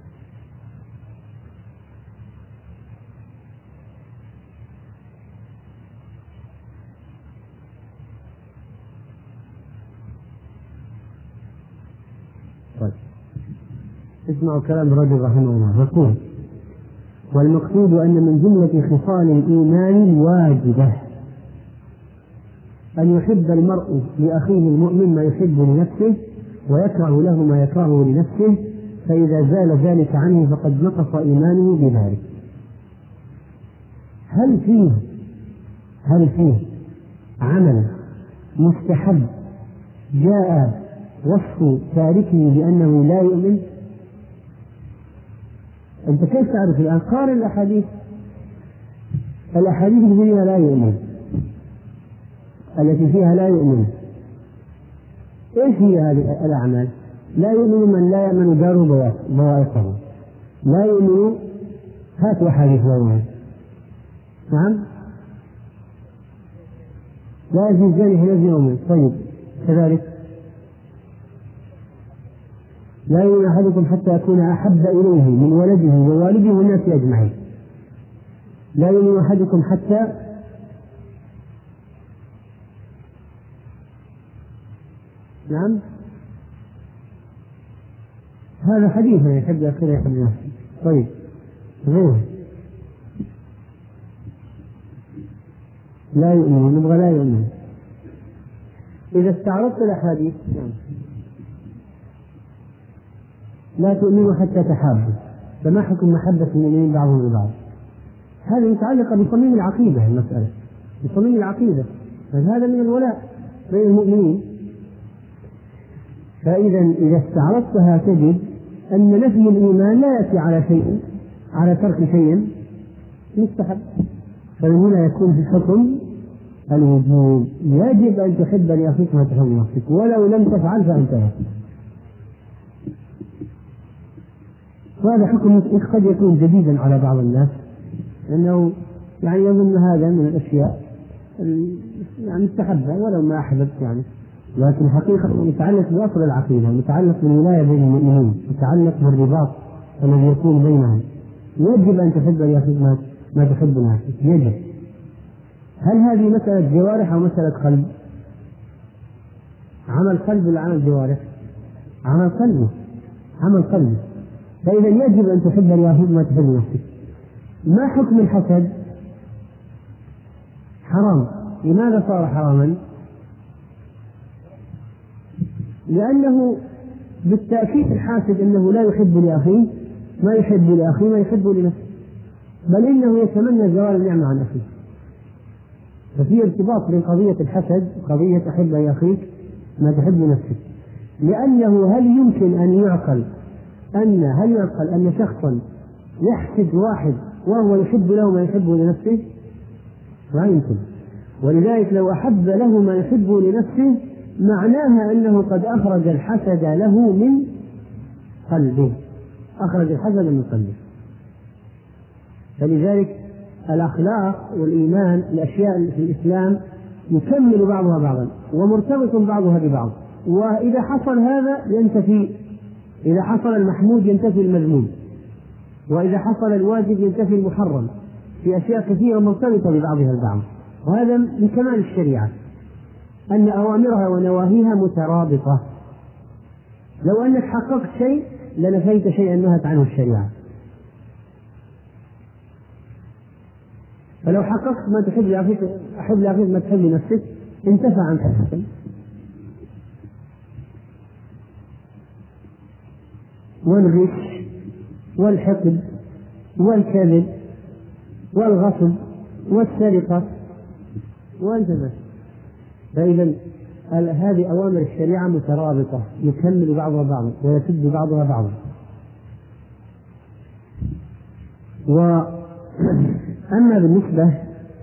طيب اسمعوا كلام الرجل رحمه الله يقول: والمقصود أن من جملة خصال الإيمان الواجبة أن يحب المرء لأخيه المؤمن ما يحب لنفسه ويكره له ما يكرهه لنفسه، فإذا زال ذلك عنه فقد نقص إيمانه بذلك. هل فيه عمل مستحب جاء وصف تاركه بأنه لا يؤمن؟ أنت كيف تعرف الآن؟ قارن الأحاديث التي فيها لا يؤمن، التي فيها لا يؤمن. إيش هي هذه الأعمال؟ لا يؤمن من لا يأمن جاره بوائقه، لا يؤمن. هات أحاديث لا يؤمن. نعم. لا يزني الزاني حين يؤمن. طيب كذلك لا يؤمن أحدكم حتى يكون أحب إليه من ولده ووالده والناس أجمعين. لا يؤمن أحدكم حتى نعم. هذا حديث يحب أخيه يحب نفسه. طيب غيره لا يؤمن، نبغى لا يؤمن. إذا استعرضت الأحاديث لا تؤمنوا حتى تحابوا، فما حكم محبة المؤمنين بعضهم لبعض؟ هذه متعلقة بصميم العقيدة، المسألة بصميم العقيدة، هذا من الولاء بين المؤمنين. فإذا استعرضتها تجد أن نفي الإيمان لا يأتي على ترك شيء مستحب، فمن هنا يكون في الحكم الوجوب. يجب أن تحب لأخيك ما تحب لنفسك، ولو لم تفعل فأنت. وهذا حكم قد يكون جديدا على بعض الناس، لأنه يعني يظن هذا من الأشياء يعني مستحبة ولو ما أحببت يعني، لكن حقيقة متعلق بأصل العقيدة، متعلق بالولاية بين المؤمنين، متعلق بالرباط الذي يكون بينهم. يجب أن تحب لأخيك ما تحب لنفسك، يجب. هل هذه مسألة جوارح أو مسألة قلب؟ عمل قلب ولا عمل جوارح؟ عمل قلبي. فإذا يجب أن تحب لأخيك ما تحب لنفسك. ما حكم الحسد؟ حرام. لماذا صار حراما؟ لأنه بالتأكيد الحاسد أنه لا يحب لأخيه ما يحب لأخيه ما يحب لنفسه، بل إنه يتمنى زوال النعمة عن أخيه. ففي ارتباط بين قضية الحسد وقضية أحب لأخيك ما تحب لنفسك. لأنه هل يمكن أن يعقل أن شخصا يحسد واحد وهو يحب له ما يحبه لنفسه؟ لا يمكن. ولذلك لو أحب له ما يحبه لنفسه معناها أنه قد أخرج الحسد له من قلبه، فلذلك الأخلاق والإيمان الأشياء في الإسلام يكمل بعضها بعضا ومرتبط بعضها ببعض. وإذا حصل هذا إذا حصل المحمود ينتفي المذموم، وإذا حصل الواجب ينتفي المحرم، في أشياء كثيرة مرتبطة ببعضها البعض. وهذا من كمال الشريعة أن أوامرها ونواهيها مترابطة. لو أنك حققت شيء لنفيت شيئا نهت عنه الشريعة. فلو حققت ما تحب لأخيك أحب لأخيك ما تحب لنفسك انتفى عن حقك. والغش والحقد والكذب والغصب والسرقة وأنت ماشي. فإذا هذه أوامر الشريعة مترابطة، يكمل بعضها بعضا ويسد بعضها بعضا. وأما بالنسبة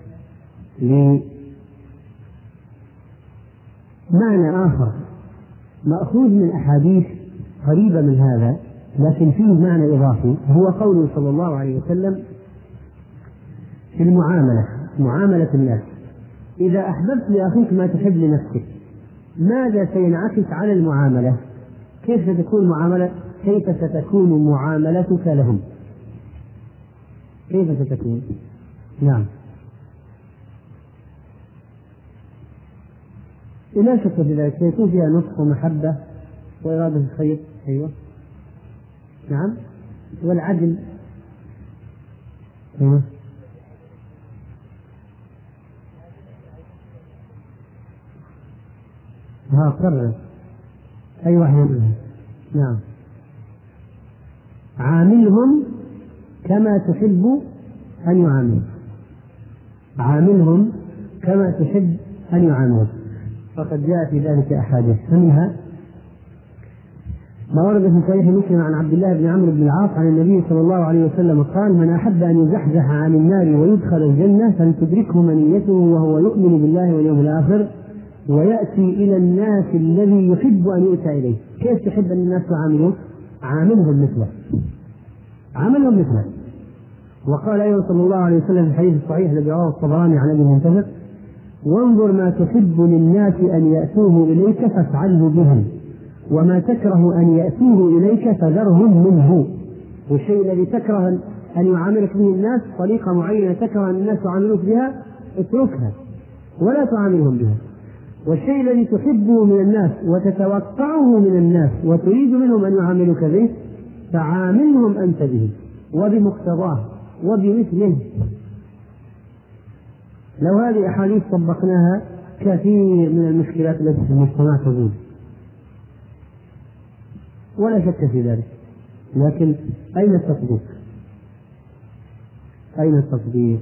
لمعنى آخر مأخوذ من أحاديث قريبة من هذا لكن فيه معنى إضافي، هو قوله صلى الله عليه وسلم في معاملة الناس: إذا أحببت لأخيك ما تحب لنفسك. ماذا سينعكس على المعاملة؟ كيف ستكون معاملتك لهم؟ كيف ستكون؟ نعم، لا شك في ذلك، سيكون فيها نصح ومحبة وإرادة الخير. أيوة نعم، والعدل. أيوة قرر أي واحد منهم. نعم، عاملهم كما تحب أن يعاملوا، عاملهم كما تحب أن يعاملوا. فقد جاء في ذلك أحاديث، منها ما ورد في صحيح مسلم عن عبد الله بن عمرو بن العاص عن النبي صلى الله عليه وسلم قال: من أحب أن يزحزح عن النار ويدخل الجنة فلتدركه منيته وهو يؤمن بالله واليوم الآخر ويأتي إلى الناس الذي يحب أن يؤتى إليه. كيف تحب أن الناس يعاملوه؟ عاملهم مثله. وقال أيضا صلى الله عليه وسلم في الحديث الصحيح الذي رواه الطبراني عن أبي المنتظر: وانظر ما تحب للناس أن يأتوه إليك فافعله بهم، وما تكره أن يأتوه إليك فذرهم منه. والشيء الذي تكره أن يعاملك به الناس، طريقة معينة تكره أن الناس يعاملوك بها، اتركها ولا تعاملهم بها. والشيء الذي تحبه من الناس وتتوقعه من الناس وتريد منهم أن يعاملوك به، فعاملهم أنت به وبمقتضاه وبمثله. لو هذه أحاديث طبقناها كثير من المشكلات التي في المجتمع تزول، ولا شك في ذلك. لكن أين التطبيق؟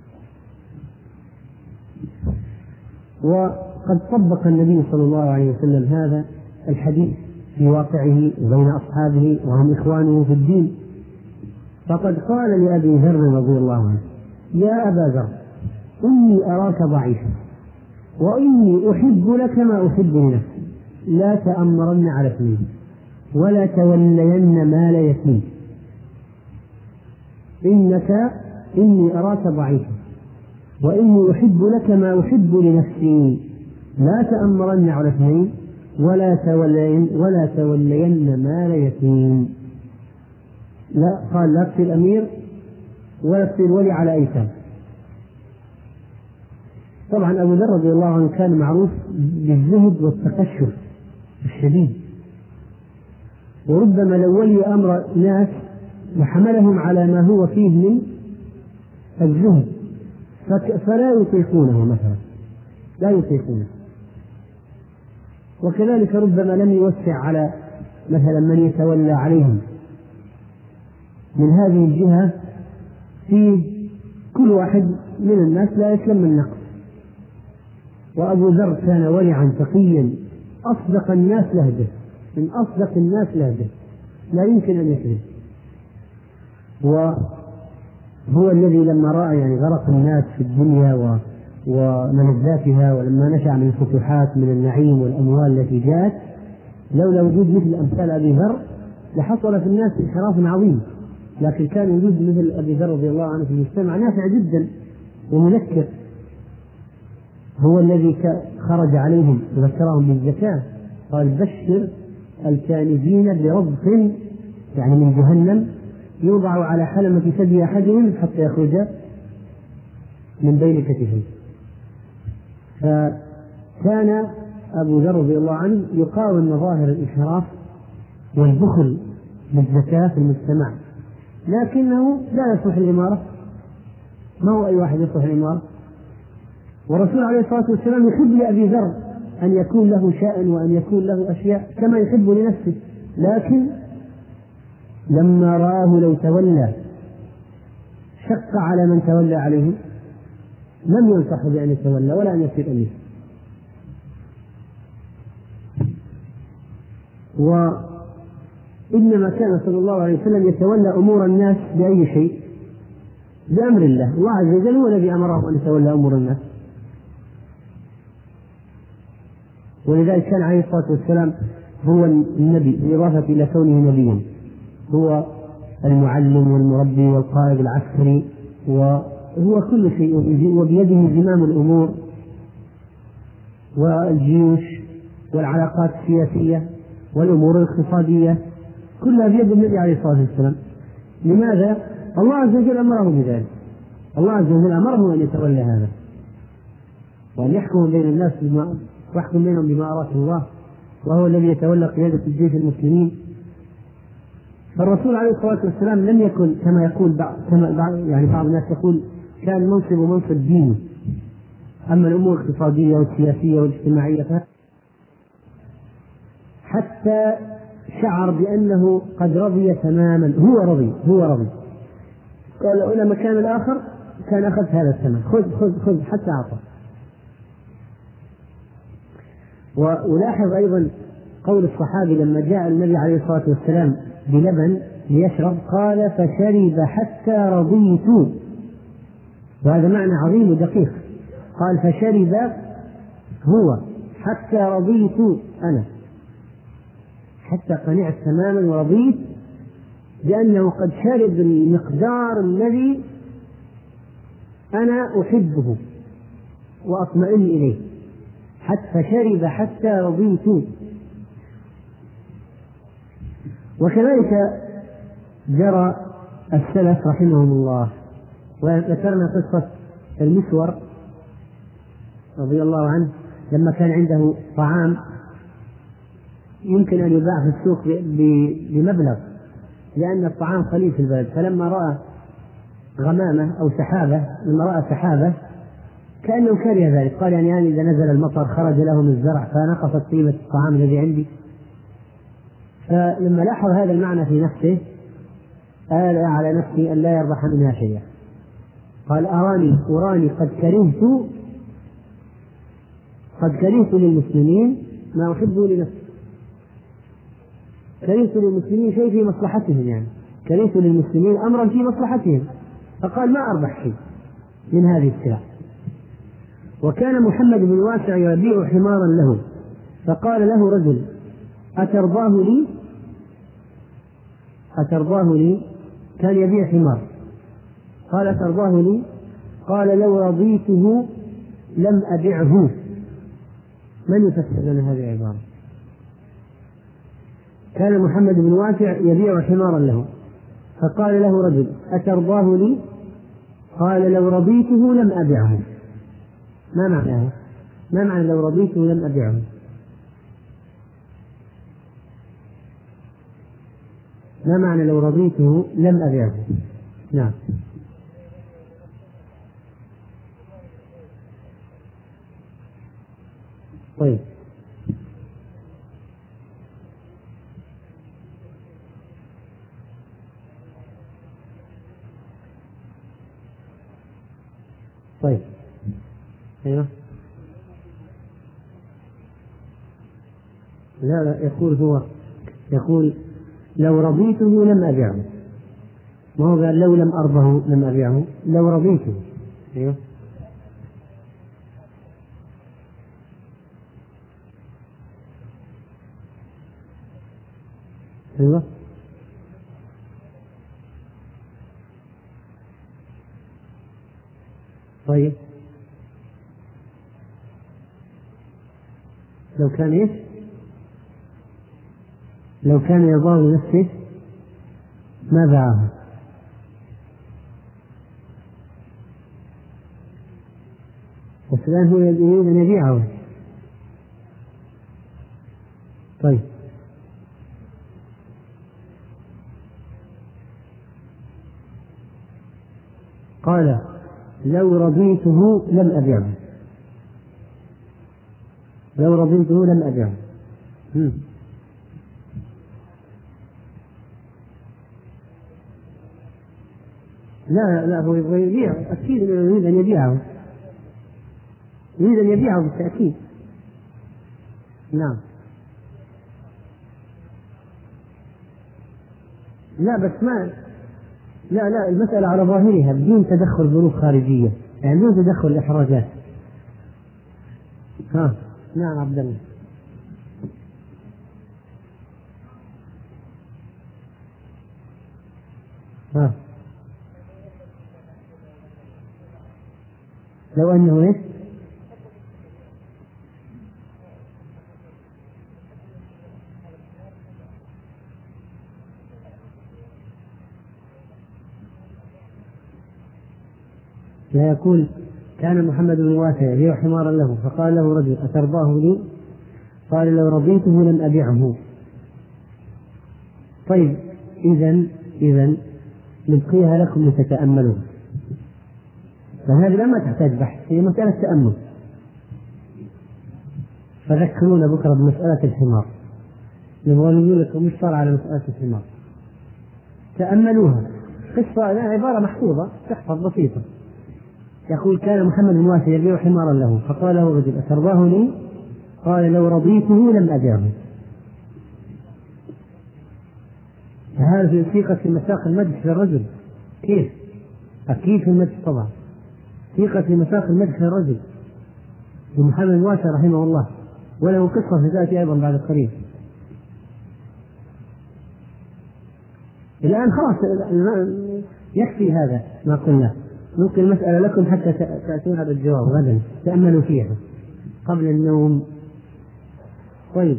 وقد طبق النبي صلى الله عليه وسلم هذا الحديث في واقعه بين أصحابه وهم إخوانه في الدين. فقد قال لأبي ذر رضي الله عنه: يا أبا ذر، إني أراك ضعيفا وإني أحب لك ما أحب لنفسي، لا تأمرن على اثنين ولا تولين مال يتيم. إني أراك ضعيفا وإني أحب لك ما أحب لنفسي، لا تأمرن على اثنين ولا تولين مال يتيم. لا قال لا تصير أمير ولا تصير ولي على أيتام. طبعا أبو ذر رضي الله عنه كان معروف بالزهد والتقشف الشديد، وربما لو ولي أمر ناس وحملهم على ما هو فيه من الزهد فلا يطيقونه مثلا، لا يطيقونه. وكذلك ربما لم يوسع على مثلا من يتولى عليهم. من هذه الجهة في كل واحد من الناس لا يسلم من نقص. وأبو ذر كان ورعا تقيا أصدق الناس لهجة، من أصدق الناس لهجة، لا يمكن أن يكذب. وهو الذي لما رأى يعني غرق الناس في الدنيا وملذاتها، ولما نشأ من الفتوحات من النعيم والأموال التي جاءت، لولا وجود مثل أمثال أبي ذر لحصل في الناس انحراف عظيم. لكن كان وجود مثل أبي ذر رضي الله عنه في المجتمع نافع جدا ومذكر. هو الذي خرج عليهم وذكرهم بالزكاة، قال: بشر الكانزين برضف يعني من جهنم يوضع على حلمة ثدي أحدهم حتى يخرج من بين كتفيه. فكان أبو ذر رضي الله عنه يقاوم مظاهر الانحراف والبخل بالزكاة في المجتمع، لكنه لا يصلح الإمارة. ما هو أي واحد يصلح الإمارة. والرسول عليه الصلاة والسلام يحب لأبي ذر أن يكون له شأن وأن يكون له أشياء كما يحب لنفسه، لكن لما رآه لو تولى شق على من تولى عليه لم ينصح بأن يتولى ولا أن يصير أمير. وإنما كان صلى الله عليه وسلم يتولى أمور الناس بأي شيء؟ بأمر الله. الله عز وجل هو الذي أمره أن يتولى أمور الناس. ولذلك كان عليه الصلاة والسلام هو النبي بالإضافة إلى كونه نبيا، هو المعلم والمربي والقائد العسكري وهو كل شيء، وبيده زمام الأمور والجيوش والعلاقات السياسية والأمور الاقتصادية كلها بيد النبي عليه الصلاة والسلام. لماذا؟ الله عز وجل أمره بذلك. الله عز وجل أمره أن يتولى هذا وأن يحكم بين الناس ويحكم بينهم بما أراد الله، وهو الذي يتولى قيادة الجيش المسلمين. فالرسول عليه الصلاة والسلام لم يكن كما يقول بعض الناس يقول كان منصب ديني، أما الأمور الاقتصادية والسياسية والاجتماعية حتى شعر بأنه قد رضي تماما. هو رضي قال إلى مكان الآخر كان أخذ هذا الثمن، خذ حتى أعطى. ولاحظ أيضا قول الصحابي لما جاء النبي عليه الصلاة والسلام بلبن ليشرب قال فشرب حتى رضيت، وهذا معنى عظيم ودقيق. قال فشرب هو حتى رضيت أنا، حتى قنعت تماما ورضيت بأنه قد شرب المقدار الذي أنا أحبه وأطمئن إليه، حتى شرب حتى رضيت. وكذلك جرى السلف رحمهم الله. وذكرنا قصة المسور رضي الله عنه لما كان عنده طعام يمكن أن يباع في السوق بمبلغ لأن الطعام قليل في البلد، فلما رأى غمامة أو سحابة، لما رأى سحابة كأنه كره ذلك، قال يعني إذا نزل المطر خرج له من الزرع فنقصت قيمة الطعام الذي عندي. فلما لاحظ هذا المعنى في نفسه قال على نفسي أن لا يربح منها شيئا. قال أراني قد كرهت للمسلمين ما أحبه لنفسي. كرهت للمسلمين شيء في مصلحتهم، يعني كرهت للمسلمين أمرا في مصلحتهم، فقال ما أربح شيء من هذه السلع. وكان محمد بن واسع يبيع حمارا له، فقال له رجل أترضاه لي؟ كان يبيع حمار، قال أترضاه لي؟ قال لو رضيته لم أبعه. من يفسر لنا هذه العبارة؟ كان محمد بن واسع يبيع حمارا له، فقال له رجل أترضاه لي؟ قال لو رضيته لم أبعه. ما معناه؟ ما معنى لو رضيته لم أبعه؟ ما معنى لو رضيته لم أبعه؟ نعم. طيب أيوه. لا يقول لو رضيته لم أبعه، ما هو قال لو لم أرضه لم أبعه، لو رضيته. أيوه أيوه طيب لو كان إيش؟ لو كان يرضاه لنفسه ما باعه. بس الآن هو يريد أن يبيعه. طيب قال لو رضيته لم أبيعه، لو رضيته لم أبيعه. لا هو يبغى يبيعه، أكيد يريد أن يبيعه، يريد أن يبيعه بالتأكيد. نعم. لا بس ما لا المسألة على ظاهرها بدون تدخل ظروف خارجية، يعني بدون تدخل إحراجات. نعم عبد الله. لو أنه إيه؟ لا يقول كان محمد بن واسع يبيع حمارا له فقال له رجل أترضاه لي؟ قال لو رضيته لم أبيعه. طيب إذن نبقيها لكم لتتأملوا، فهذه لما تحتاج بحث، هي مسألة تأمل. فذكرونا بكرة بمسألة الحمار، نبغى نقول لكم مش صار على مسألة الحمار، تأملوها. قصة عبارة محفوظة تحفظ بسيطة. يقول كان محمد بن واسع يبيع حمارا له فقال له رجل أترضاه لي؟ قال لو رضيته لم أبيعه. هذا في ثقة في مساق المدح للرجل. كيف؟ أكيد في المدح طبعا، ثقة في مساق المدح للرجل ومحمد بن واسع رحمه الله، وله قصة ستأتي أيضا بعد قليل. الآن خلاص يكفي هذا ما قلنا، ممكن المسألة لكم حتى تأتون بالجواب غدا، تأملوا فيها قبل النوم. طيب،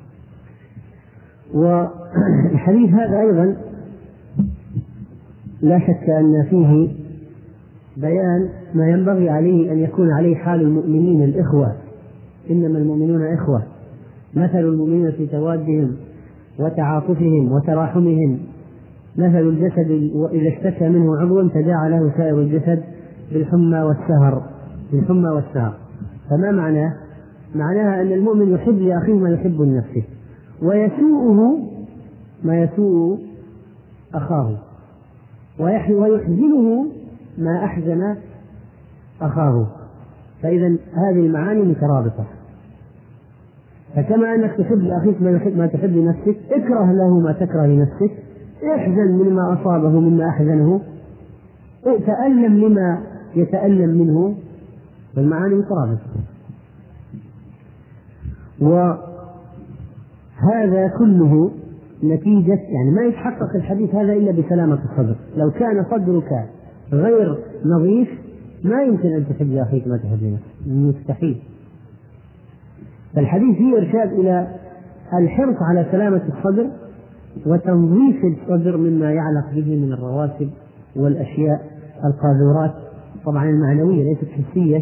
والحديث هذا أيضا لا شك أن فيه بيان ما ينبغي عليه أن يكون عليه حال المؤمنين الإخوة، إنما المؤمنون إخوة. مثل المؤمنين في توادهم وتعاطفهم وتراحمهم مثل الجسد إذا اشتكى منه عضو تداعى له سائر الجسد بالحمى والسهر. فما معناه؟ معناها أن المؤمن يحب لأخيه ما يحب لنفسه، ويسوءه ما يسوء أخاه، ويحزنه ما أحزن أخاه. فإذا هذه المعاني مترابطة. فكما أنك تحب لأخيك ما تحب لنفسك، اكره له ما تكره لنفسك، احزن مما أصابه مما أحزنه، تألم لما يتألم منه، فالمعاني مترابطة. وهذا كله نتيجة، يعني ما يتحقق الحديث هذا إلا بسلامة الصدر. لو كان صدرك غير نظيف ما يمكن أن تحب لأخيك ما تحب لنفسك، مستحيل. فالحديث فيه إرشاد إلى الحرص على سلامة الصدر وتنظيف الصدر مما يعلق به من الرواسب والأشياء القاذورات، طبعا المعنوية ليست حسية،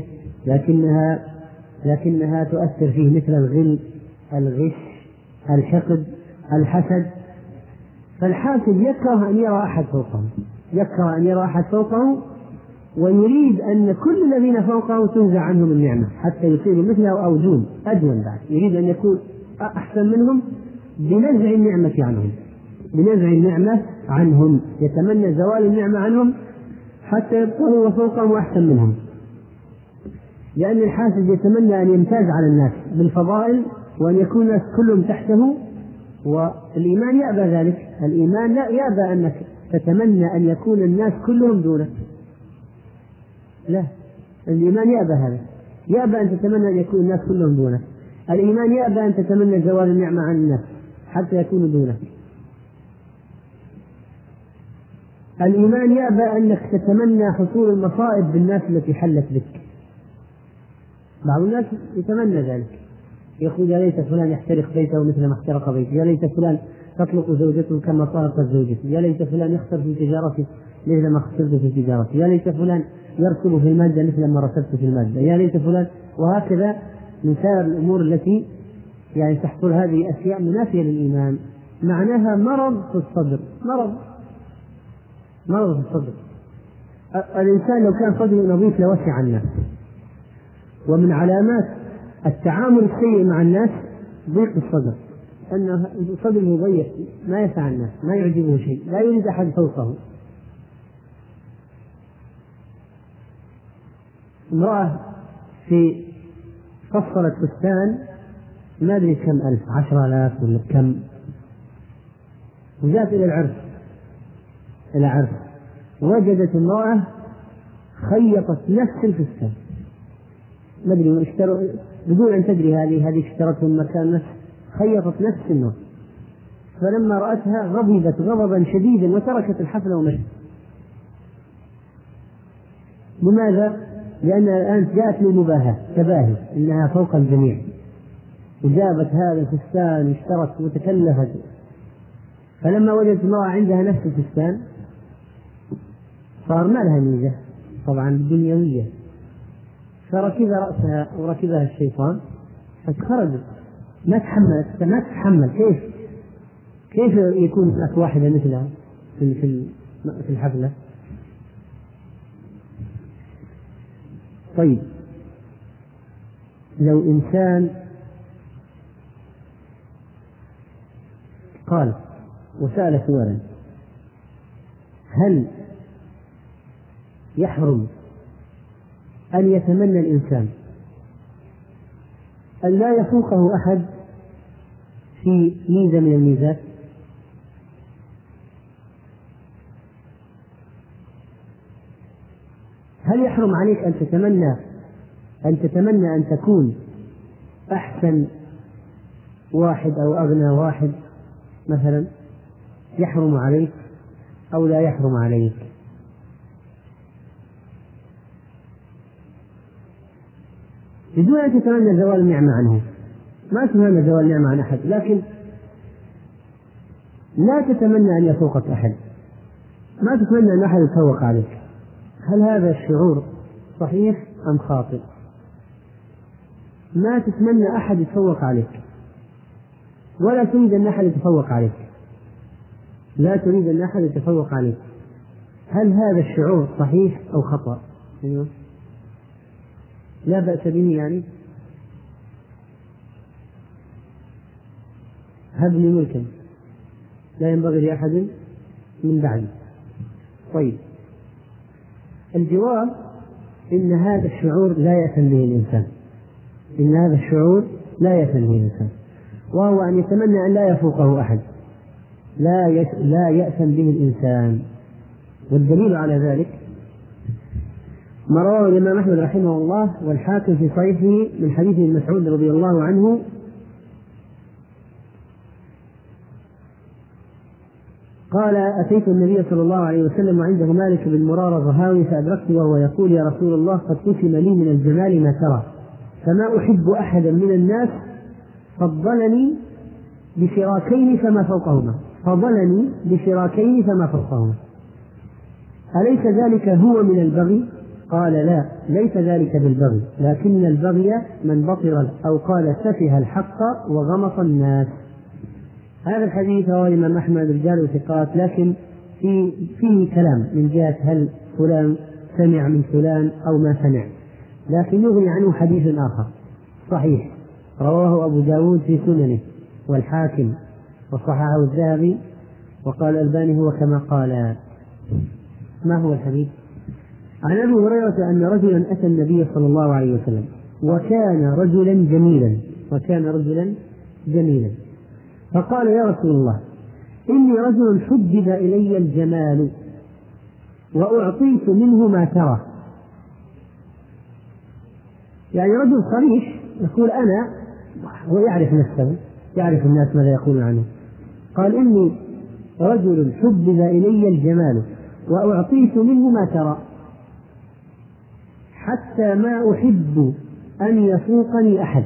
لكنها تؤثر فيه، مثل الغل، الغش، الحقد، الحسد. فالحاسد يكره أن يرى أحد فوقه، ويريد أن كل الذين فوقه تنزع عنهم النعمة حتى يصيروا مثله أو أدون بعد، يريد أن يكون أحسن منهم بنزع النعمة عنهم، يتمنى زوال النعمة عنهم حتى يبقوا هو فوقهم وأحسن منهم. لأن الحاسد يتمنى أن يمتاز على الناس بالفضائل وأن يكون الناس كلهم تحته، والإيمان يأبى ذلك. الإيمان لا يأبى أنك تتمنى أن يكون الناس كلهم دونك، لا، الإيمان يأبى هذا، يأبى أن تتمنى أن يكون الناس كلهم دونك. الإيمان يأبى أن تتمنى زوال النعمة عن الناس حتى يكونوا دونك. الإيمان يأبى أنك تتمنى حصول المصائب بالناس التي حلت بك. بعض الناس يتمنى ذلك، يقول يا ليت فلان يحترق بيته مثل ما احترق بيته، يا ليت فلان تطلق زوجته كما طلقت زوجته، يا ليت فلان يخسر في تجارته مثل ما خسرت في تجارته، يا ليت فلان يرسب في المادة مثل ما رسبت في المادة، يا ليت فلان، وهكذا من سائر الأمور التي يعني تحصل هذه أشياء منافية للإيمان. معناها مرض في الصدر، مرض في الصدر. الإنسان لو كان صدره نظيف لوسع الناس. ومن علامات التعامل السيء مع الناس ضيق الصدر، أن صدره ضيق ما يسع الناس، ما يعجبه شيء، لا يريد أحد فوقه. امرأة في فصلت فستان ما أدري كم ألف، 10,000 ولا كم، وجاءت إلى عرس وجدت امرأة خيطت نفس الفستان، ما أدري اشتروا بدون أن تدري هذه اشترته من مكان نفس، خيطت نفس النوع. فلما رأتها غضبت غضبا شديدا وتركت الحفلة ومشت. لماذا؟ لأنها الآن جاءت للمباهاة، تباهي إنها فوق الجميع، وجابت هذا الفستان واشترت وتكلفت. فلما وجدت امرأة عندها نفس الفستان صار ما لها ميزة طبعا دنيوية، فركب رأسها وركبها الشيطان فخرجت، ما تتحمل. كيف يكون لك واحدة مثلها في الحفلة؟ طيب لو إنسان قال وسأل سؤالا: هل يحرم أن يتمنى الإنسان أن لا يفوقه أحد في ميزة من الميزات؟ هل يحرم عليك أن تتمنى أن تكون أحسن واحد أو أغنى واحد مثلا؟ يحرم عليك أو لا يحرم عليك؟ بدون أن تتمنى زوال النعمة عنه، ما تتمنى زوال النعمة عن أحد، لكن لا تتمنى أن يفوقك أحد، ما تتمنى أن أحد يتفوق عليك. هل هذا الشعور صحيح أم خاطئ؟ ما تتمنى أحد يتفوق عليك ولا تريد أن أحد يتفوق عليك، لا تريد أن أحد يتفوق عليك. هل هذا الشعور صحيح أو خطأ؟ لا بأس به يعني. هب لي ملكا لا ينبغي لأحد من بعدي. طيب الجواب إن هذا الشعور لا يأثم به الإنسان، وهو أن يتمنى أن لا يفوقه أحد، لا يأثم به الإنسان. والدليل على ذلك ما رواه الإمام أحمد رحمه الله والحاكم في صحيحه من حديث ابن مسعود رضي الله عنه قال: أتيت النبي صلى الله عليه وسلم وعنده مالك بن مرارة ظهاوي فأدركته وهو يقول: يا رسول الله، قد قسم لي من الجمال ما ترى، فما أحب أحدا من الناس فضلني بشراكين فما فوقهما، أليس ذلك هو من البغي؟ قال: لا، ليس ذلك بالبغي، لكن البغي من بطر أو قال سفه الحق وغمط الناس. هذا الحديث رواه الإمام أحمد رجال وثقات، لكن فيه كلام من جهة هل فلان سمع من فلان أو ما سمع، لكن يغني عنه حديث آخر صحيح رواه أبو داود في سننه والحاكم وصححه الذهبي وقال الألباني هو كما قال. ما هو الحديث؟ عن أبي هريرة أن رجلا أتى النبي صلى الله عليه وسلم وكان رجلا جميلا فقال: يا رسول الله، إني رجل حبب إلي الجمال وأعطيت منه ما ترى. يعني رجل صريح يقول أنا، هو يعرف نفسه، يعرف الناس ماذا يقولون عنه. قال: إني رجل حبب إلي الجمال وأعطيت منه ما ترى، حتى ما أحب أن يفوقني أحد.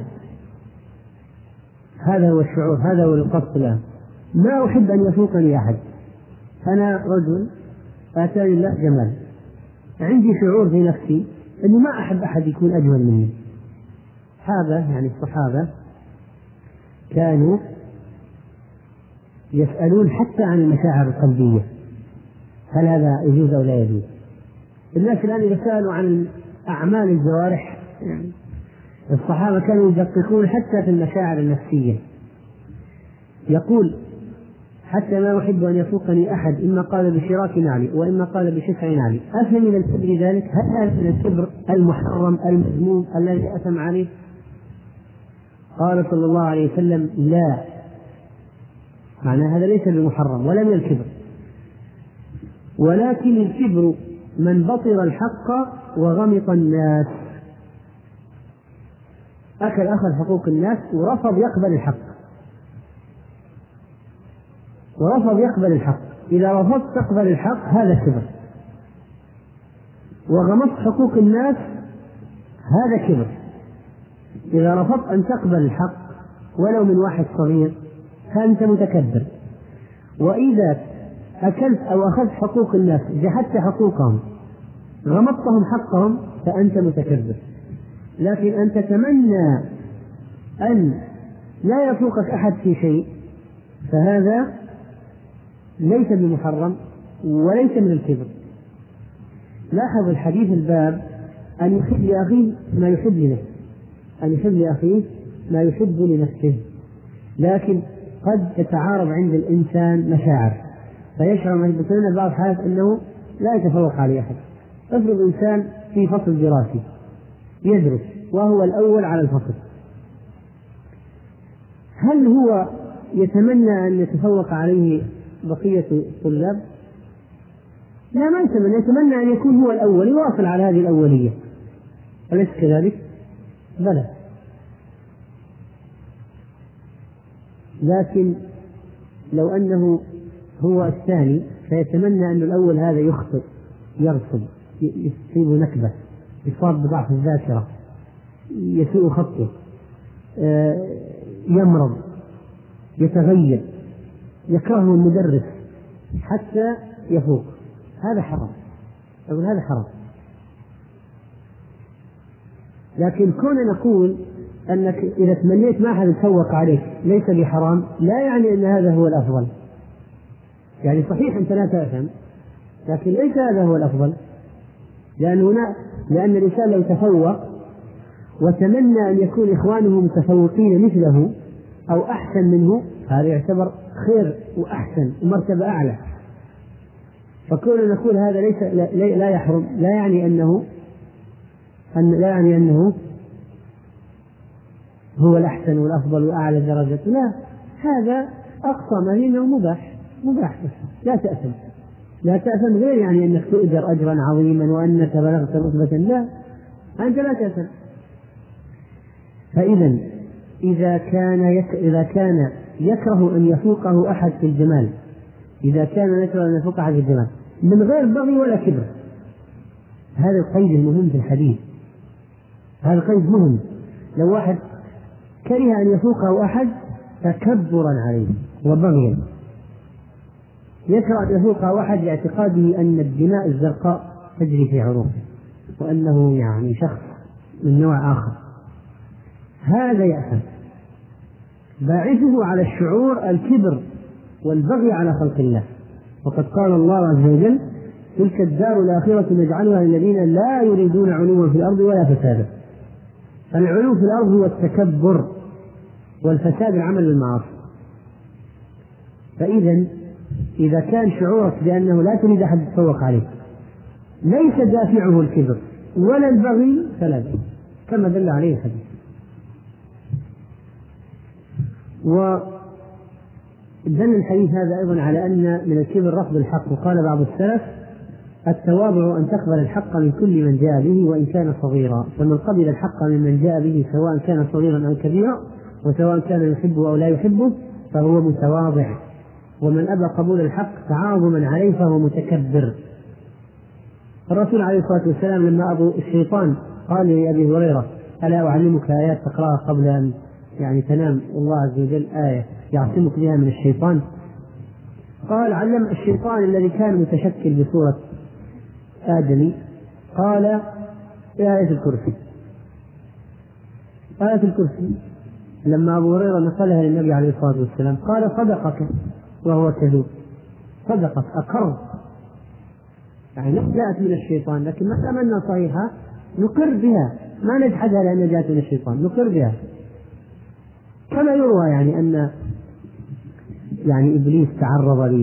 هذا هو الشعور، هذا هو القصد الآن. ما أحب أن يفوقني أحد، أنا رجل آتاني الله جمال، عندي شعور في نفسي أني ما أحب أحد يكون أجمل مني. هذا يعني الصحابة كانوا يسألون حتى عن المشاعر القلبية، هل هذا يجوز أو لا يجوز. الناس الآن إذا سألوا عن أعمال الجوارح، يعني الصحابة كانوا يدققون حتى في المشاعر النفسية. يقول: حتى ما أحب أن يفوقني أحد، إما قال بشراك نعلي وإما قال بشفع نعلي. أفهم من الكبر ذلك؟ هل هذا من الكبر المحرم المذموم الذي أثم عليه؟ قال صلى الله عليه وسلم: لا، معنى هذا ليس بمحرم ولا من الكبر، ولكن الكبر من بطر الحق وغمط الناس، أخذ حقوق الناس ورفض يقبل الحق. إذا رفضت تقبل الحق هذا كبر، وغمطت حقوق الناس هذا كبر. إذا رفضت أن تقبل الحق ولو من واحد صغير فأنت متكبر، وإذا أكلت أو أخذت حقوق الناس جحدت حقوقهم غمطتهم حقهم فأنت متكبر. لكن أن تتمنى أن لا يفوقك أحد في شيء فهذا ليس بمحرم وليس من الكبر. لاحظ الحديث الباب: أن يحب لأخيه ما يحب لنفسه، أن يحب لأخيه ما يحب لنفسه. لكن قد تتعارض عند الإنسان مشاعر فيشعر مثلا بعض الحالات أنه لا يتفوق عليه أحد. افرض إنسان في فصل دراسي يدرس وهو الأول على الفصل، هل هو يتمنى أن يتفوق عليه بقية الطلاب؟ لا، ما يتمنى أن يكون هو الأول يواصل على هذه الأولية، أليس كذلك؟ بلى. لكن لو أنه هو الثاني فيتمنى أن الأول هذا يخطئ، يرسب، يصيب نكبة، يصاب بضعف الذاكرة، يسوء خطه، يمرض، يتغير، يكرهه المدرس حتى يفوق، هذا حرام. أقول هذا حرام. لكن كون نقول أنك إذا تمنيت ما أحد يتفوق عليك ليس بحرام، لا يعني أن هذا هو الأفضل. يعني صحيح أنت لا تأثم، لكن ليس هذا هو الأفضل، لأن الإنسان لو تفوق وتمنى أن يكون إخوانه متفوقين مثله أو أحسن منه هذا يعتبر خير وأحسن ومرتبة أعلى. فكون نقول هذا لا يحرم لا يعني أنه هو الأحسن والأفضل وأعلى درجة، لا، هذا أقصى ما هي مباح بس لا تأثم غير يعني أنك تؤجر أجرا عظيما وأنك بلغت رتبة، لا، أنت لا تأثم. فإذا إذا كان يكره أن يفوقه أحد في الجمال، إذا كان يكره أن يفوق أحد في الجمال من غير بغي ولا كبر، هذا القيد المهم في الحديث، هذا القيد مهم. لو واحد كره أن يفوقه أحد تكبرا عليه وبغيا، يكره أن يفوقه أحد لاعتقاده أن الدماء الزرقاء تجري في عروقه وأنه يعني شخص من نوع آخر، هذا يأثم. باعثه على الشعور الكبر والبغي على خلق الله. وقد قال الله عز وجل: تلك الدار الآخرة نجعلها للذين لا يريدون علوا في الأرض ولا فسادا. العلو في الأرض هو التكبر، والفساد العمل بالمعاصي. فإذا إذا كان شعورك بأنه لا تريد أحد يتفوق عليك ليس دافعه الكبر ولا البغي فلا بأس، كما دل عليه الحديث. ودل الحديث هذا أيضا على أن من الكبر رفض الحق. وقال بعض السلف: التواضع أن تقبل الحق من كل من جاء به وإن كان صغيرا، فمن قبل الحق ممن جاء به سواء كان صغيرا أو كبيرا وسواء كان يحبه أو لا يحبه فهو متواضع، ومن أبى قبول الحق تعاظما عليه فهو متكبر. الرسول عليه الصلاة والسلام لما أبو الشيطان قال لأبي هريرة: ألا أعلمك آيات تقرأها قبل أن تنام، الله عز وجل آية يعصمك بها من الشيطان؟ قال: علم الشيطان الذي كان متشكل بصورة آدمي، قال: آية الكرسي. آية الكرسي لما أبو هريرة نقلها للنبي عليه الصلاة والسلام قال: صدقك وهو كذوب، صدقك، أقر، يعني جاءت من الشيطان، لكن ما تمنى صحيحة نقر بها، ما نجحدها لأنها جاءت من الشيطان، نقر بها. كما يروى أن إبليس تعرض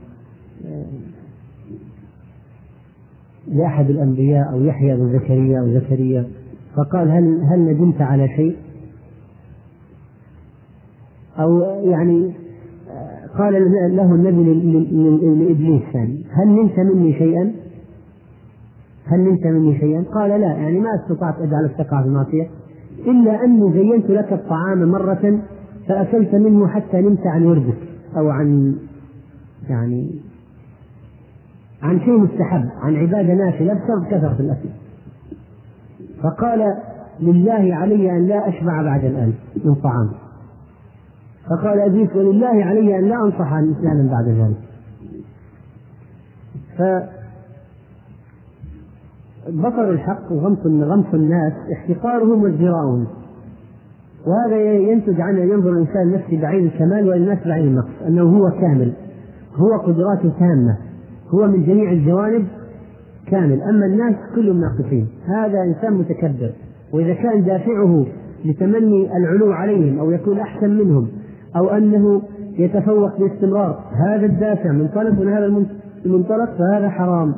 لأحد الأنبياء أو يحيى بن زكريا فقال: هل ندمت على شيء؟ أو يعني قال له النبي لإبليس يعني هل نلت مني شيئا؟ هل نلت مني شيئا؟ قال لا، يعني ما استطعت أجعلك تقع في المعصية إلا أني زينت لك الطعام مرة فأكلت منه حتى نمت عن وردك أو عن شيء مستحب، عن عبادة نافلة بسبب كثرة الأكل. فقال لله علي أن لا أشبع بعد الآن من طعام. فقال إبليس ولله علي أن لا أنصح عن إسلام بعد ذلك. فبطر الحق وغمط الناس احتقارهم وازدراءهم، وهذا ينتج عنه ينظر الإنسان نفسه بعين الكمال والناس بعين النقص، أنه هو كامل، هو قدراته تامة، هو من جميع الجوانب كامل، أما الناس كلهم ناقصين. هذا إنسان متكبر، وإذا كان دافعه لتمني العلو عليهم أو يكون أحسن منهم أو أنه يتفوق باستمرار، هذا الدافع منطلق من هذا المنطلق، فهذا حرام.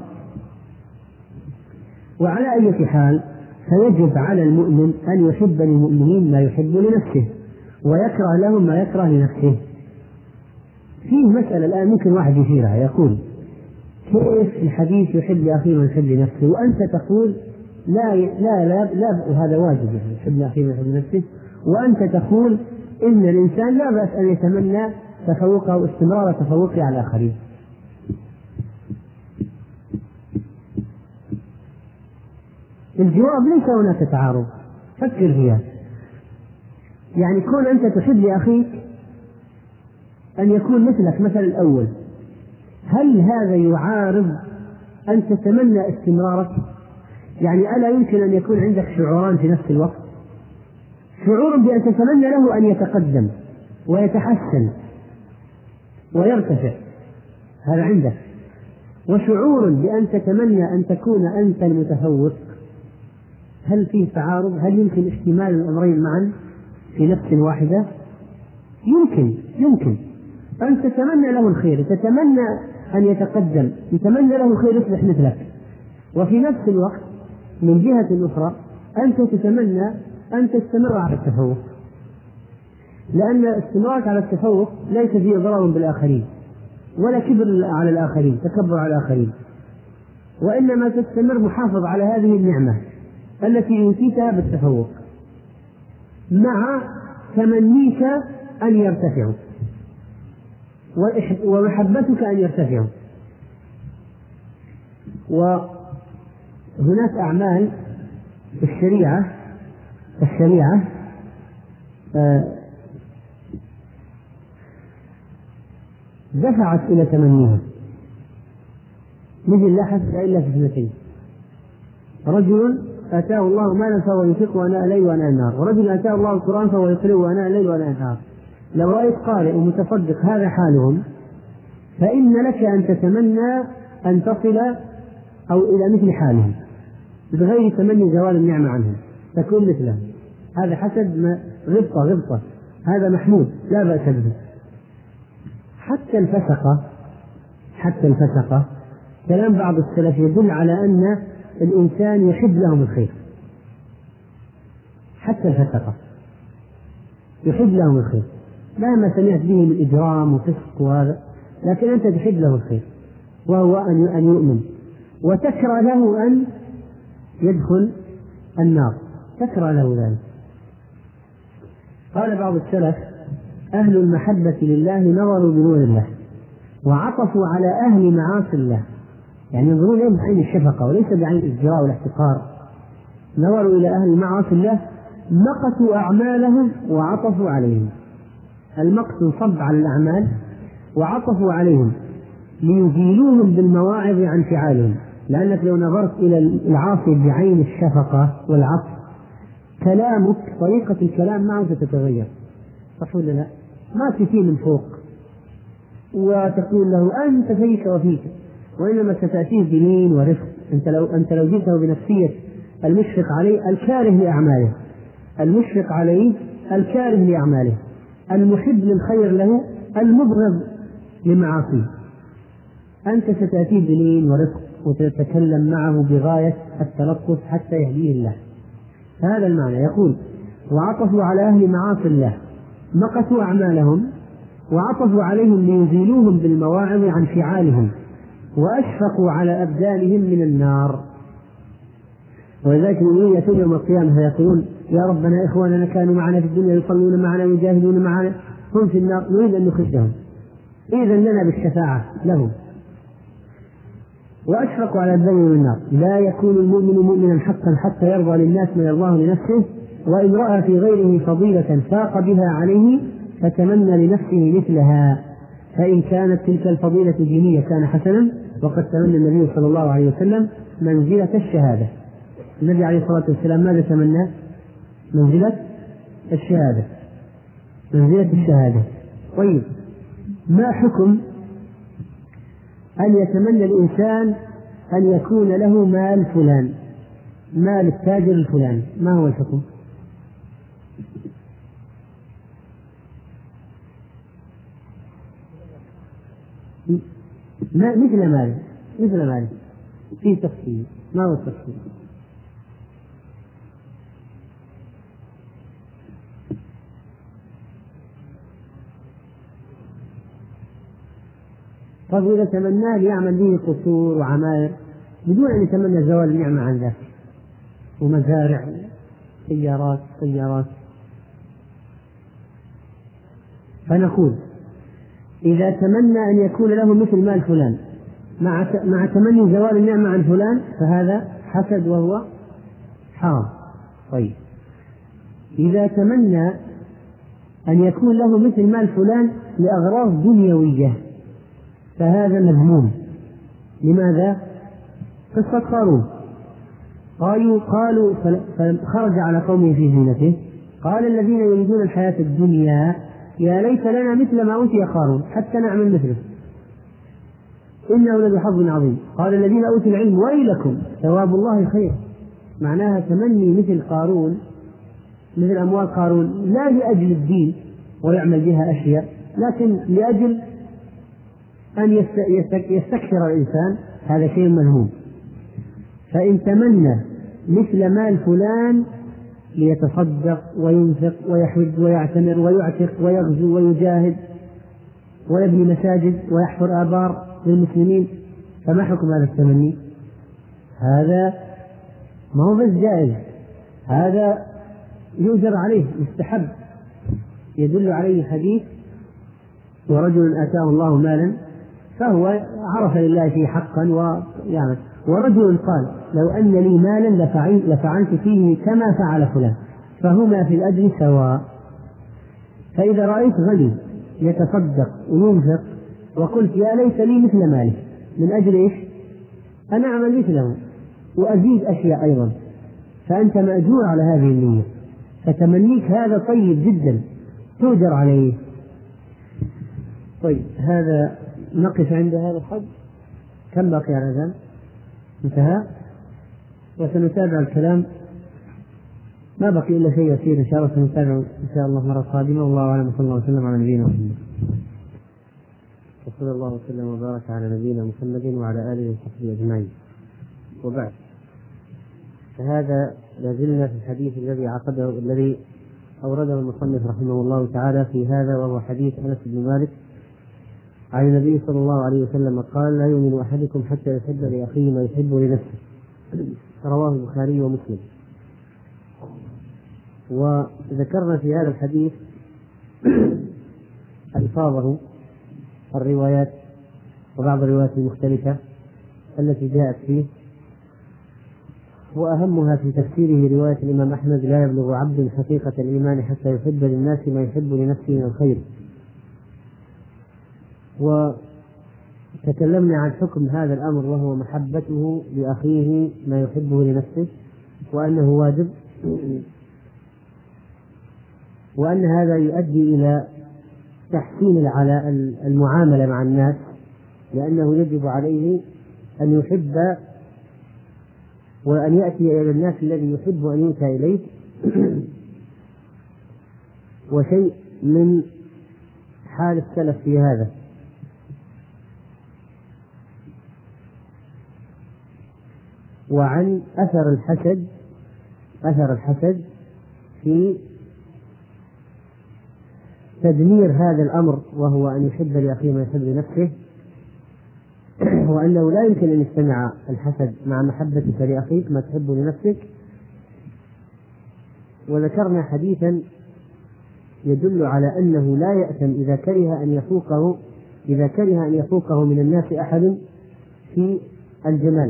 وعلى أي حال فيجب على المؤمن أن يحب للمؤمنين ما يحب لنفسه ويكره لهم ما يكره لنفسه. فيه مسألة الآن ممكن واحد يثيرها، يقول كيف الحديث يحب لأخيه ما يحب لنفسه وأنت تقول لا لا لا, لا هذا واجب، يعني يحب لأخيه ما يحب لنفسه، وأنت تقول إن الإنسان لا بأس أن يتمنى تفوقه واستمرار تفوقه على الآخرين. الجواب ليس هناك تعارض، فكر فيها. يعني كون أنت تحب لأخيك أن يكون مثلك مثل الأول، هل هذا يعارض أن تتمنى استمرارك؟ يعني ألا يمكن أن يكون عندك شعوران في نفس الوقت؟ شعور بأن تتمنى له أن يتقدم ويتحسن ويرتفع، هذا عندك، وشعور بأن تتمنى أن تكون أنت المتفوق. هل فيه تعارض؟ هل يمكن احتمال الأمرين معا في نفس واحدة؟ يمكن أن تتمنى له الخير، تتمنى أن يتقدم، تتمنى له الخير يصبح مثلك، وفي نفس الوقت من جهة أخرى أنت تتمنى أن تستمر على التفوق، لأن استمرارك على التفوق ليس فيه ضرر بالآخرين ولا كبر على الآخرين، تكبر على الآخرين، وإنما تستمر محافظ على هذه النعمة التي أوتيتها بالتفوق مع تمنيك أن يرتفعوا ومحبتك أن يرتفعوا. وهناك أعمال في الشريعة دفعت إلى تمنيها، مثل لا حسد إلا في اثنتين: رجل آتاه الله مالا فهو ينفقه آناء الليل وآناء النهار، ورجل آتاه الله القرآن فهو يقرأه آناء الليل وآناء النهار. لو رأيت قارئ ومتصدق هذا حالهم، فإن لك أن تتمنى أن تصل أو إلى مثل حالهم بغير تمني زوال النعمة عنهم، تكون مثلهم. هذا حسد غبطة، هذا محمود لا بأس به. حتى الفسقة كلام بعض السلف يدل على أن الإنسان يحب لهم الخير، حتى الفسقة يحب لهم الخير، مهما سمعت به من إجرام وفسق وهذا، لكن أنت تحب له الخير، وهو أن يؤمن، وتكره له أن يدخل النار، تكره له ذلك. قال بعض السلف: أهل المحبة لله نظروا بنور الله وعطفوا على أهل معاصي الله، يعني ينظرون إليهم بعين الشفقة وليس بعين الازدراء والاحتقار. نظروا إلى أهل معاصي الله مقتوا أعمالهم وعطفوا عليهم. المقت صب على الأعمال وعطفوا عليهم ليزيلوهم بالمواعظ عن فعالهم، لأنك لو نظرت إلى العاصي بعين الشفقة والعطف كلامك، طريقة الكلام معه ستتغير، صح ولا لا؟ ما تأتي من فوق وتقول له أنت فيك وفيك، وإنما ستأتيه بلين ورفق. أنت لو جئته بنفسية المشفق عليه الكاره لأعماله، المشفق عليه الكاره لأعماله، المحب للخير له المبغض لمعاصيه، أنت ستأتيه بلين ورفق وتتكلم معه بغاية التلطف حتى يهديه الله. هذا المعنى. يقول: وعطفوا على أهل معاصي الله نقصوا أعمالهم وعطفوا عليهم ليزيلوهم بالمواعظ عن فعالهم، وأشفقوا على أبدانهم من النار. ولذلك المؤمنين يأتون يوم القيامة فيقولون يا ربنا إخواننا كانوا معنا في الدنيا يصلون معنا ويجاهدون معنا هم في النار نريد أن نخرجهم، إذن لنا بالشفاعة لهم. وأشفقوا على أبدانهم من النار. لا يكون المؤمن مؤمنا حقا حتى يرضى للناس ما يرضاه لنفسه، وإن رأى في غيره فضيلة فاق بها عليه فتمنى لنفسه مثلها، فإن كانت تلك الفضيلة دينية كان حسنا، وقد تمنى النبي صلى الله عليه وسلم منزلة الشهادة. النبي عليه الصلاة والسلام ماذا تمنى؟ منزلة الشهادة، منزلة الشهادة. طيب، ما حكم أن يتمنى الإنسان أن يكون له مال فلان، مال التاجر الفلاني، ما هو الحكم؟ مثل ماله في تفصيل. ما هو التفصيل؟ طيب إذا تمناه ليعمل به قصور وعماير بدون أن يتمنى زوال النعمة عن ذلك، ومزارع سيارات، فنقول إذا تمنى أن يكون له مثل مال فلان مع تمني زوال النعمة عن فلان فهذا حسد وهو حرام. طيب، إذا تمنى أن يكون له مثل مال فلان لأغراض دنيوية فهذا مذموم. لماذا؟ قصة قارون، قالوا فخرج على قومه في زينته قال الذين يريدون الحياة الدنيا يا ليت لنا مثل ما أوتي قارون حتى نعمل مثله إنه لبحظ عظيم. قال الذين أوتوا العلم ويلكم ثواب الله خير. معناها تمني مثل قارون، مثل أموال قارون، لا لأجل الدين ويعمل بها أشياء، لكن لأجل أن يستكثر الإنسان، هذا شيء مذموم. فإن تمنى مثل مال فلان ليتصدق وينفق ويحج ويعتمر ويعتق ويغزو ويجاهد ويبني مساجد ويحفر آبار للمسلمين، فما حكم هذا التمني؟ هذا ما هو بس جائز، هذا يؤجر عليه، يستحب. يدل عليه حديث ورجل آتاه الله مالا فهو عرف لله فيه حقا ورجل قال لو أن لي مالا لفعلت فيه كما فعل فلان، فهما في الأجر سواء. فإذا رأيت غني يتصدق وينفق وقلت يا ليت لي مثل ماله، من أجل إيش؟ أنا أعمل مثله وأزيد أشياء أيضا، فأنت مأجور على هذه النية، فتمنيك هذا طيب جدا تؤجر عليه. طيب، هذا نقف عند هذا الحد. كم بقي على الأذان؟ انتهى، وسنتابع الكلام، ما بقي إلا شيء يسير إن شاء الله، سنتابع إن شاء الله مرة قادمة. والله أعلم، صلى الله وسلم على نبينا محمد. وصلى الله وسلم وبارك على نبينا محمد وعلى آله وصحبه أجمعين. وبعد، فهذا لازلنا في الحديث الذي أورده المصنف رحمه الله تعالى في هذا، وهو حديث أنس بن مالك عن النبي صلى الله عليه وسلم قال لا يؤمن أحدكم حتى يحب لأخيه ما يحب لنفسه، رواه البخاري ومسلم. وذكرنا في هذا الحديث ألفاظه، الروايات وبعض الروايات المختلفة التي جاءت فيه، وأهمها في تفسيره رواية الإمام أحمد لا يبلغ عبد حقيقة الإيمان حتى يحب للناس ما يحب لنفسه من الخير. وتكلمنا عن حكم هذا الأمر وهو محبته لأخيه ما يحبه لنفسه، وأنه واجب، وأن هذا يؤدي إلى تحسين المعاملة مع الناس، لأنه يجب عليه أن يحب وأن يأتي إلى الناس الذي يحب أن يؤتى إليه. وشيء من حال السلف في هذا، وعن أثر الحسد في تدمير هذا الأمر، وهو أن يحب لأخيه ما يحب لنفسه، وأنه لا يمكن أن يجتمع الحسد مع محبتك لأخيك ما تحب لنفسك. وذكرنا حديثا يدل على أنه لا يأثم إذا كره أن يفوقه من الناس أحد في الجمال.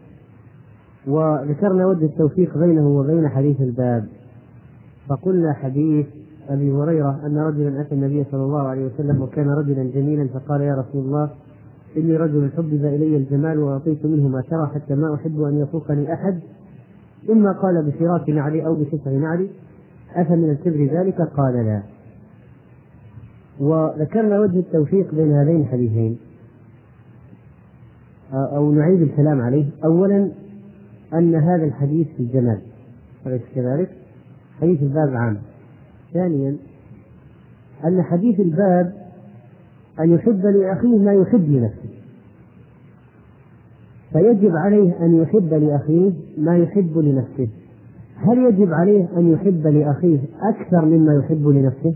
وذكرنا وجه التوفيق بينه وبين حديث الباب، فقلنا حديث أبي هريرة أن رجلا أتى النبي صلى الله عليه وسلم وكان رجلا جميلا، فقال: يا رسول الله، إني رجل حبب إلي الجمال وأعطيت منه ما ترى، حتى ما أحب أن يفوقني أحد، إما قال بشراك نعلي أو بشسع نعلي، أفمن الكبر ذلك؟ قال: لا. وذكرنا وجه التوفيق بين هذين الحديثين، أو نعيد الكلام عليه. أولا أن هذا الحديث في الجمال، أليس كذلك؟ حديث الباب عام. ثانيا أن حديث الباب أن يحب لأخيه ما يحب لنفسه، فيجب عليه أن يحب لأخيه ما يحب لنفسه. هل يجب عليه أن يحب لأخيه أكثر مما يحب لنفسه؟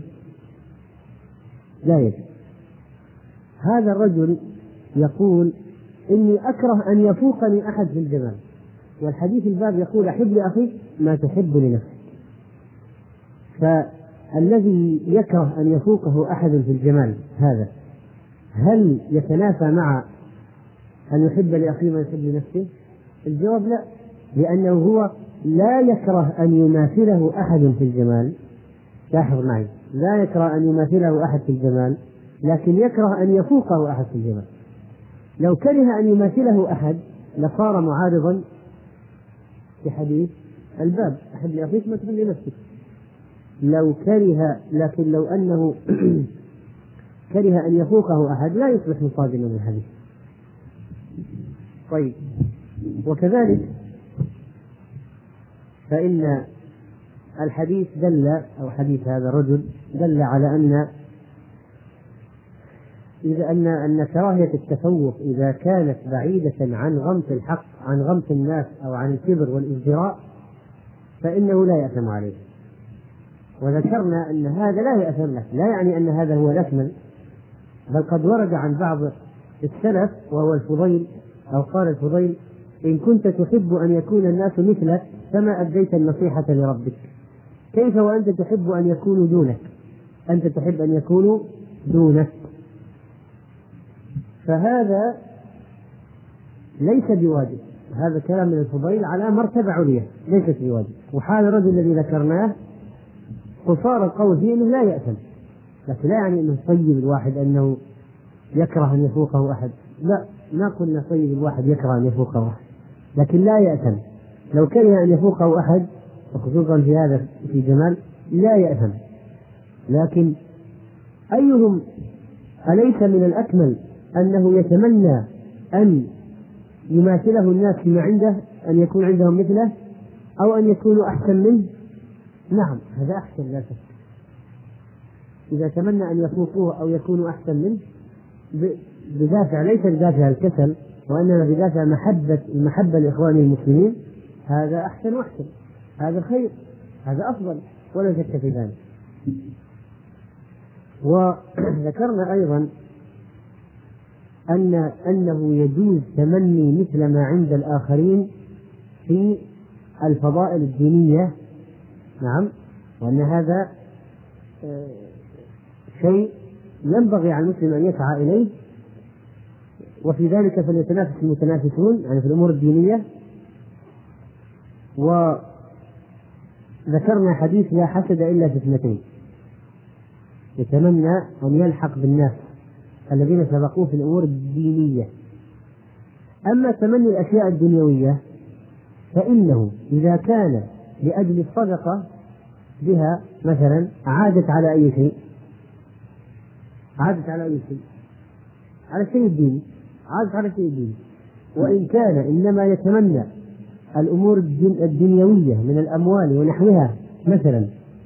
لا يجب. هذا الرجل يقول: إني أكره أن يفوقني أحد في الجمال، والحديث الباب يقول: أحب لأخيك ما تحب لنفسك. فالذي يكره أن يفوقه أحد في الجمال هذا هل يتنافى مع أن يحب لأخيه ما يحب لنفسه؟ الجواب لا، لأنه هو لا يكره أن يماثله أحد في الجمال. لاحظ معي، لا يكره أن يماثله أحد في الجمال، لكن يكره أن يفوقه أحد في الجمال. لو كره أن يماثله أحد لصار معارضا في حديث الباب: أحب لأخيك ما تحب لنفسك. لو كره، لكن لو أنه كره أن يفوقه أحد لا يصبح مصادما للحديث. طيب، وكذلك فإن الحديث دل، أو حديث هذا الرجل دل على أن كراهية التفوق إذا كانت بعيدة عن غمط الحق، عن غمط الناس، أو عن الكبر والازدراء، فإنه لا يأثم عليه. وذكرنا أن هذا لا يأثم لك، لا يعني أن هذا هو الأكمل، بل قد ورد عن بعض السلف وهو الفضيل، أو قال الفضيل: إن كنت تحب أن يكون الناس مثلك فما أديت النصيحة لربك، كيف وأنت تحب أن يكونوا دونك؟ أنت تحب أن يكونوا دونك، فهذا ليس بواجب. هذا كلام من الفضيل على مرتبة عليا، ليست بواجب. وحال الرجل الذي ذكرناه قصار القول فيه أنه لا يأثم، لكن لا يعني أنه طيب الواحد أنه يكره أن يفوقه أحد، لا، ما قلنا طيب الواحد يكره أن يفوقه أحد، لكن لا يأثم. لو كره أن يفوقه أحد، وخصوصا في هذا في جمال، لا يأثم. لكن أيهم أليس من الأكمل أنه يتمنى أن يماثله الناس فيما عنده، أن يكون عندهم مثله، أو أن يكونوا أحسن منه؟ نعم، هذا أحسن لا شك. إذا تمنى أن يفوقوه أو يكونوا أحسن منه بدافع، ليس بدافع الكسل، وإنما بدافع المحبة لإخوانه المسلمين، هذا أحسن وأحسن، هذا خير، هذا أفضل، ولا شك في ذلك. وذكرنا أيضا أنه يجوز تمني مثل ما عند الآخرين في الفضائل الدينية، نعم، وأن هذا شيء ينبغي على المسلم أن يسعى إليه، وفي ذلك فليتنافس المتنافسون، يعني في الأمور الدينية. وذكرنا حديث: لا حسد إلا في اثنتين، يتمنى أن يلحق بالناس الذين سبقوه في الأمور الدينية. أما تمني الأشياء الدنيوية فإنه إذا كان لأجل الصدقة بها مثلا عادت على أي شيء، عادت على أي شيء، على الشيء الديني، عادت على الشيء الديني. وإن كان إنما يتمنى الأمور الدنيوية من الأموال ونحوها مثلا،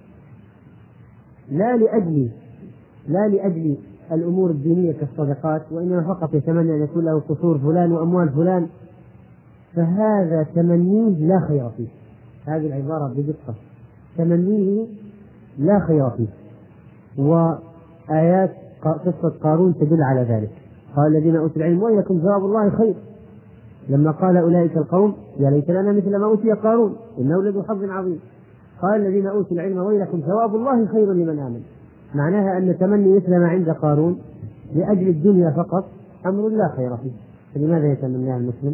لا لأجل الأمور الدينية كالصدقات، وإنما فقط يتمنى أن يكون له قصور فلان وأموال فلان، فهذا تمنيه لا خير فيه. هذه العبارة بدقة: تمنيه لا خير فيه. آيات قصة قارون تدل على ذلك. قال الذين أوتوا العلم ويلكم ثواب الله خير، لما قال أولئك القوم يا ليت لنا مثل ما أوتي قارون إنه لذو حظ عظيم. قال الذين أوتوا العلم ويلكم ثواب الله خير لمن آمن. معناها أن تمني مثل ما عند قارون لأجل الدنيا فقط أمر لا خير فيه، فلماذا يتمناه المسلم؟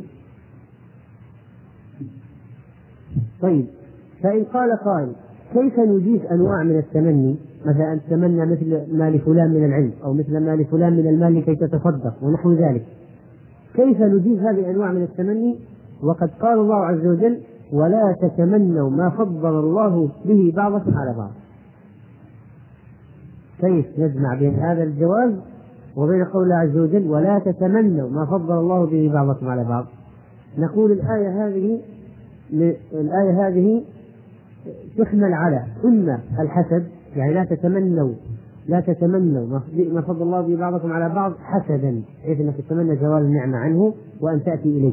طيب، فإن قال قائل كيف نجيز أنواع من التمني، مثلا أن تتمنى مثل ما لفلان من العلم أو مثل ما لفلان من المال لكي تتصدق ونحو ذلك، كيف نجيز هذه الأنواع من التمني وقد قال الله عز وجل ولا تتمنوا ما فضل الله به بعضكم على بعض؟ كيف نجمع بين هذا الجواز وبين قول الله عز وجل ولا تتمنوا ما فضل الله به بعضكم على بعض؟ نقول الآية هذه تحمل على إما الحسد، يعني لا تتمنوا ما فضل الله به بعضكم على بعض حسدا، حيث أنك تتمنى زوال النعمة عنه وأن تأتي إليك،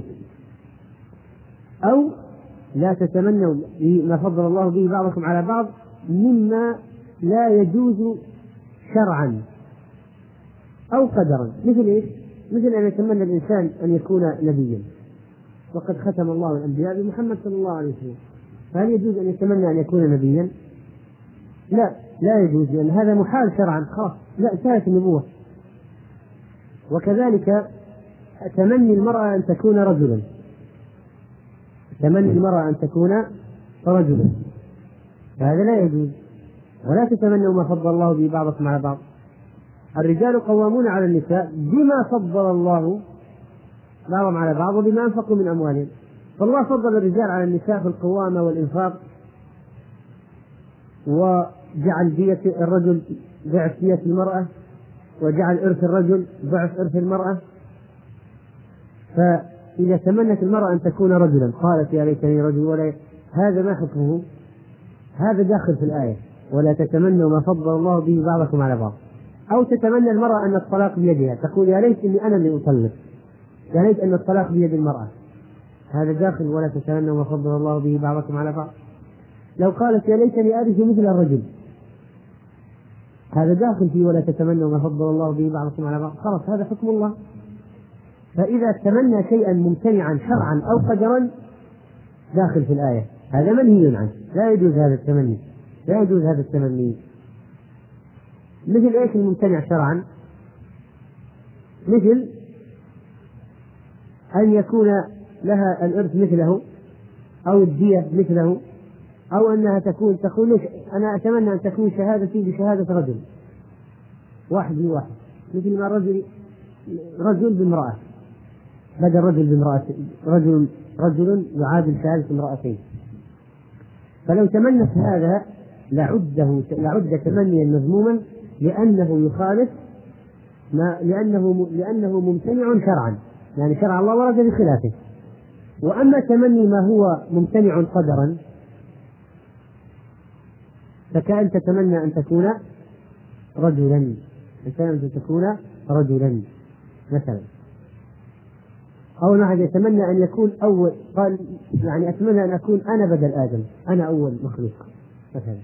أو لا تتمنوا ما فضل الله به بعضكم على بعض مما لا يجوز شرعا أو قدرا. مثل إيش؟ مثل أن يتمنى الإنسان أن يكون نبيا وقد ختم الله الأنبياء بمحمد صلى الله عليه وسلم، فهل يجوز أن يتمنى أن يكون نبيا؟ لا يجوز، لأن هذا محال شرعا، خلاص لا انتهت النبوة. وكذلك تمني المرأة أن تكون رجلا، فهذا لا يجوز. ولا تتمنوا ما فضل الله به بعضكم على بعض. الرجال قوامون على النساء بما فضل الله بعضهم على بعض وبما أنفقوا من أموالهم، فالله فضل الرجال على النساء في القوامة والإنفاق، وجعل دية الرجل ضعف دية المرأة، وجعل إرث الرجل ضعف إرث المرأة. فإذا تمنت المرأة أن تكون رجلا قالت يا ليتني رجل، ولا هذا ما حكمه؟ هذا داخل في الآية ولا تتمنوا ما فضل الله به بعضكم على بعض. أو تتمنى المرأة أن الطلاق بيدها، تقول يا ليت إني أنا اللي أطلق، يا ليت أن الطلاق بيد المرأة، هذا داخل ولا تتمنوا ما فضل الله به بعضكم على بعض. لو قالت يا ليتني أرث مثل الرجل، هذا داخل فيه ولا تتمنوا ما فضل الله به بعضكم على بعض، خلاص هذا حكم الله. فإذا تمنى شيئا ممتنعا شرعا أو قدرا داخل في الآية، هذا منهي عنه، لا يجوز هذا التمني. مثل ايش الممتنع شرعا؟ مثل أن يكون لها الإرث مثله أو الدية مثله، أو أنها تقول أنا أتمنى أن تكون شهادتي بشهادة رجل واحد بواحد، مثل ما رجل بامرأة، بدل رجل بامرأة رجل يعادل شهادة امرأتين. فلو تمنت هذا لعد تمنيا مذموما، لأنه يخالف لأنه ممتنع شرعا، يعني شرع الله ورد بخلافه. وأما تمني ما هو ممتنع قدرا فكأن تتمنى أن تكون رجلا مثلا، أو واحد يتمنى أن يكون أول، قال يعني أتمنى أن أكون أنا بدل آدم، أنا أول مخلوق مثلا،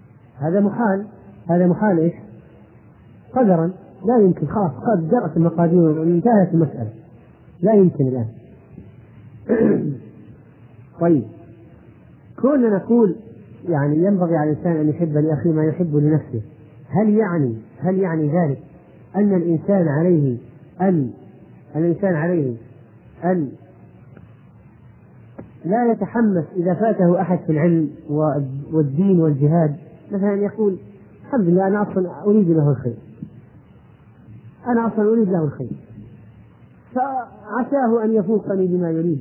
هذا محال إيش؟ قدرا، لا يمكن، خلاص قد جرت المقادير وانتهت المسألة، لا يمكن الآن. طيب، كنا نقول يعني ينبغي على الإنسان أن يحب لأخيه ما يحب لنفسه، هل يعني ذلك أن الإنسان عليه أن لا يتحمس إذا فاته أحد في العلم والدين والجهاد، مثلا يقول الحمد لله أنا أصلا أريد له الخير، فعساه أن يفوقني بما يريد،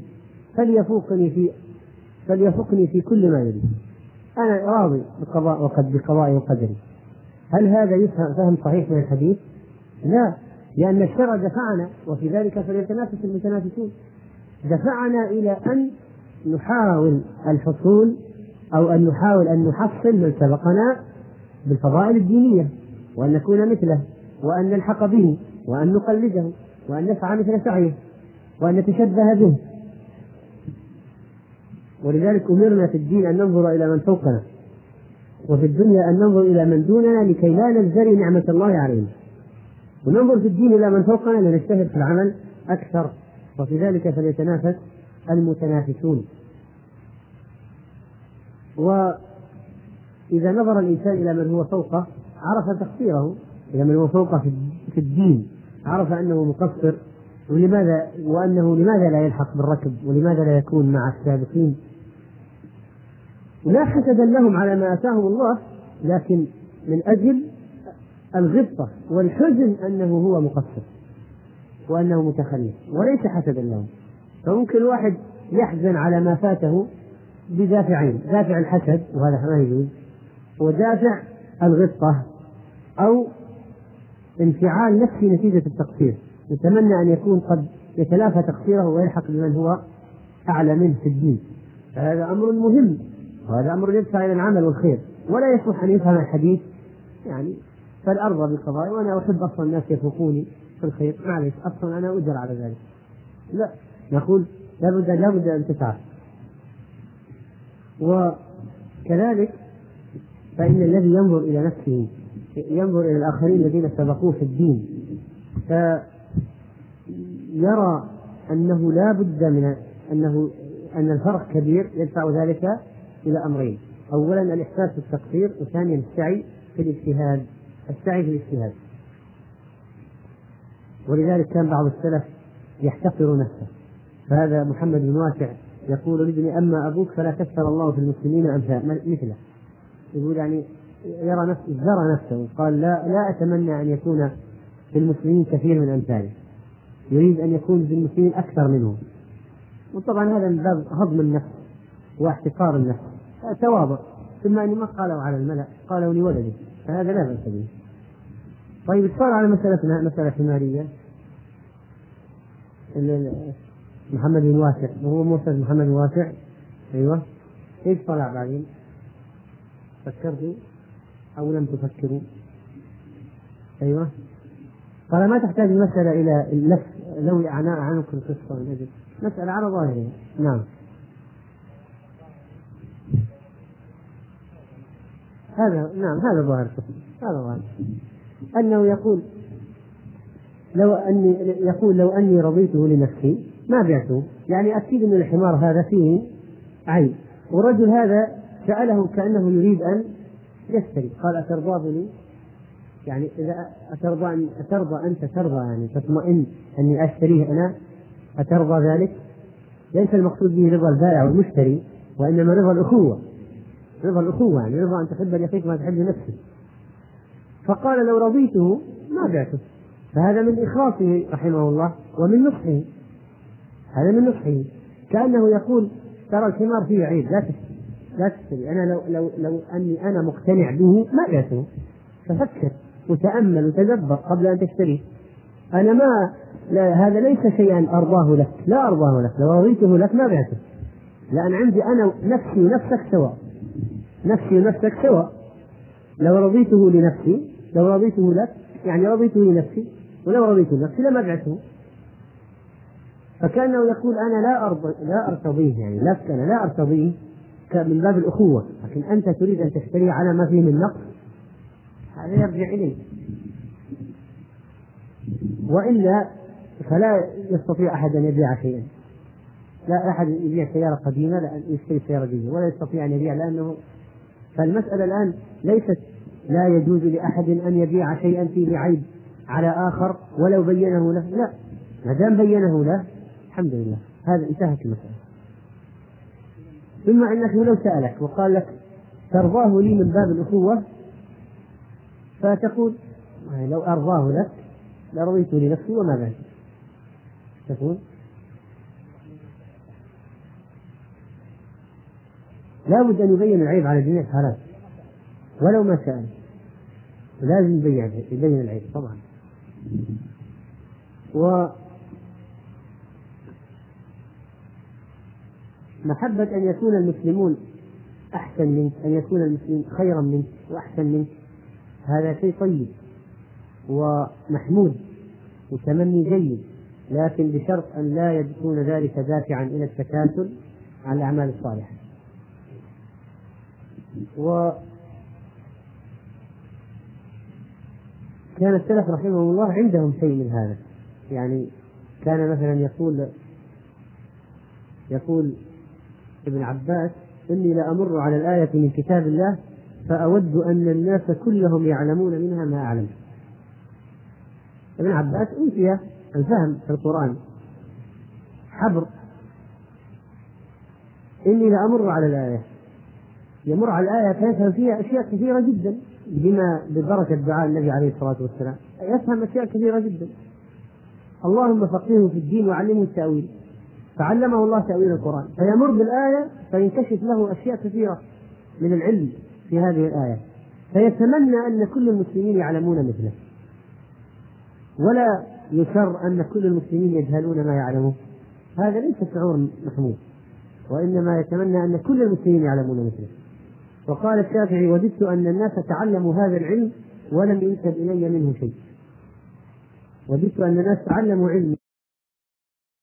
فليفوقني في كل ما يريد، أنا راضي بقضائي وقدري. هل هذا يفهم فهم صحيح من الحديث؟ لا، لأن الشرع دفعنا، وفي ذلك فليتنافس المتنافسون، دفعنا إلى أن نحاول الحصول أو أن نحاول أن نحصل من سبقنا بالفضائل الدينية، وأن نكون مثله، وأن نلحق به، وأن نقلده، وأن نسعى مثل سعيه، وأن نتشبه به. ولذلك أمرنا في الدين أن ننظر إلى من فوقنا، وفي الدنيا أن ننظر إلى من دوننا لكي لا نزدري نعمة الله علينا، وننظر في الدين إلى من فوقنا لنجتهد في العمل أكثر، وفي ذلك فليتنافس المتنافسون. وإذا نظر الإنسان إلى من هو فوقه عرف تقصيره، إلى من هو فوقه في الدين عرف أنه مقصر، وأنه لماذا لا يلحق بالركب، ولماذا لا يكون مع السابقين. لا حسدا لهم على ما آتاهم الله، لكن من أجل الغبطة والحزن أنه هو مقصر وأنه متخلف، وليس حسدا لهم. فممكن الواحد يحزن على ما فاته بدافعين: دافع الحسد وهذا ما يجوز، ودافع الغبطة أو انفعال نفسي نتيجة التقصير، يتمنى أن يكون قد يتلافى تقصيره ويلحق بمن هو أعلى منه في الدين. فهذا أمر مهم، وهذا أمر يدفع إلى العمل والخير، ولا يصلح أن يفهم الحديث يعني فالأرض بقضائي وأنا أحب أصلا الناس يفوقوني في الخير، معلش أصلا أنا أجر على ذلك. لا، نقول لابد أن تتعب. وكذلك فإن الذي ينظر إلى نفسه ينظر إلى الآخرين الذين سبقوه في الدين، فيرى أنه لا بد من أن الفرق كبير، يدفع ذلك إلى أمرين: أولا الإحساس بالتقصير، وثانيا السعي في الاجتهاد. ولذلك كان بعض السلف يحتقر نفسه، فهذا محمد بن واسع يقول لابني: أما أبوك فلا كثر الله في المسلمين مثله. يقول يعني يرى نفسه قال لا أتمنى أن يكون في المسلمين كثير من أمثاله، يريد أن يكون في المسلمين أكثر منهم. وطبعا هذا من باب هضم النفس واحتقار النفس، تواضع، ثم أن ما قالوا على الملأ قالوا لولده، فهذا لا بأس به. طيب صار على مسألة حمارية. محمد بن واسع وهو موسى محمد بن واسع، أيوة، إيش طلع بعدين؟ فكرتوا أو لم تفكروا؟ أيوة، قال: ما تحتاج المسألة إلى النفس لو أعناء عنك القصة من أجل مسألة على ظاهرها. نعم، هذا ظاهر القصة، هذا ظاهر أنه يقول لو أني رضيته لنفسي ما بعته، يعني أكيد أن الحمار هذا فيه عيب. والرجل هذا سأله كأنه يريد أن يشتري، قال: أترضى لي؟ يعني إذا أترضى أنت ترضى، يعني تطمئن أني أشتريه أنا، أترضى ذلك؟ ليس المقصود به رضا البائع والمشتري، وإنما رضا الأخوة، يعني رضا أن تحب لأخيك ما تحب لنفسك. فقال: لو رضيته ما بعته. فهذا من إخلاصه رحمه الله ومن نصحه، هذا من نصحه، كأنه يقول: ترى الحمار فيه عيب، لا تشتري. أنا لو أني أنا مقتنع به ما بعته. ففكر وتأمل وتدبر قبل أن تشتريه. هذا ليس شيئا أرضاه لك، لا أرضاه لك. لو رضيته لك ما بعته، لأن عندي أنا نفسي ونفسك سواء. لو رضيته لك يعني رضيته لنفسي، ولو رضيته لنفسي لما بعته. فكأنه يقول: أنا لا أرتضيه، يعني لك أنا لا أرتضيه من باب الأخوة، لكن أنت تريد أن تشتري على ما فيه من نقص، هذا يرجع إليه. وإلا فلا يستطيع أحد أن يبيع شيئا، لا أحد يبيع سيارة قديمة لا يشتري سيارة جديدة، ولا يستطيع أن يبيع، لأنه فالمسألة الآن ليست لا يجوز لأحد أن يبيع شيئا فيه عيب على آخر ولو بينه له، لا، ما دام بينه له الحمد لله، هذا انتهت المسألة. ثم إنه لو سألك وقال لك: ترضاه لي من باب الأخوة؟ فتقول: لو أرضاه لك لرضيت لنفسي وما بعد. تقول لا بد أن يبين العيب على جميع الحالات ولو ما سأل، لازم يبين العيب طبعا. ومحبة أن يكون المسلمون أحسن منك، أن يكون المسلمين خيرا منك وأحسن منك، هذا شيء طيب ومحمود وتمني جيد، لكن بشرط أن لا يكون ذلك دافعا إلى التكاسل عن الأعمال الصالحة. كان السلف رحمهم الله عندهم شيء من هذا. يعني كان مثلا يقول ابن عباس: إني لأمر على الآية من كتاب الله فأود أن الناس كلهم يعلمون منها ما أعلم. ابن عباس أوتي الفهم في القرآن حبر. إني لأمر على الآية، يمر على الآية فيفهم فيها أشياء كثيرة جدا ببركة دعاء النبي عليه الصلاة والسلام، يفهم أشياء كثيرة جدا. اللهم فقهه في الدين وعلمه التأويل، فعلمه الله تأويل القرآن، فيمر بالآية فينكشف له أشياء كثيرة من العلم في هذه الآية، فيتمنى أن كل المسلمين يعلمون مثله، ولا يشر أن كل المسلمين يجهلون ما يعلمون. هذا ليس شعور محمود، وإنما يتمنى أن كل المسلمين يعلمون مثله. وقال الشافعي: وددت أن الناس تعلموا هذا العلم ولم ينسب إلي منه شيء. وددت أن الناس تعلموا علم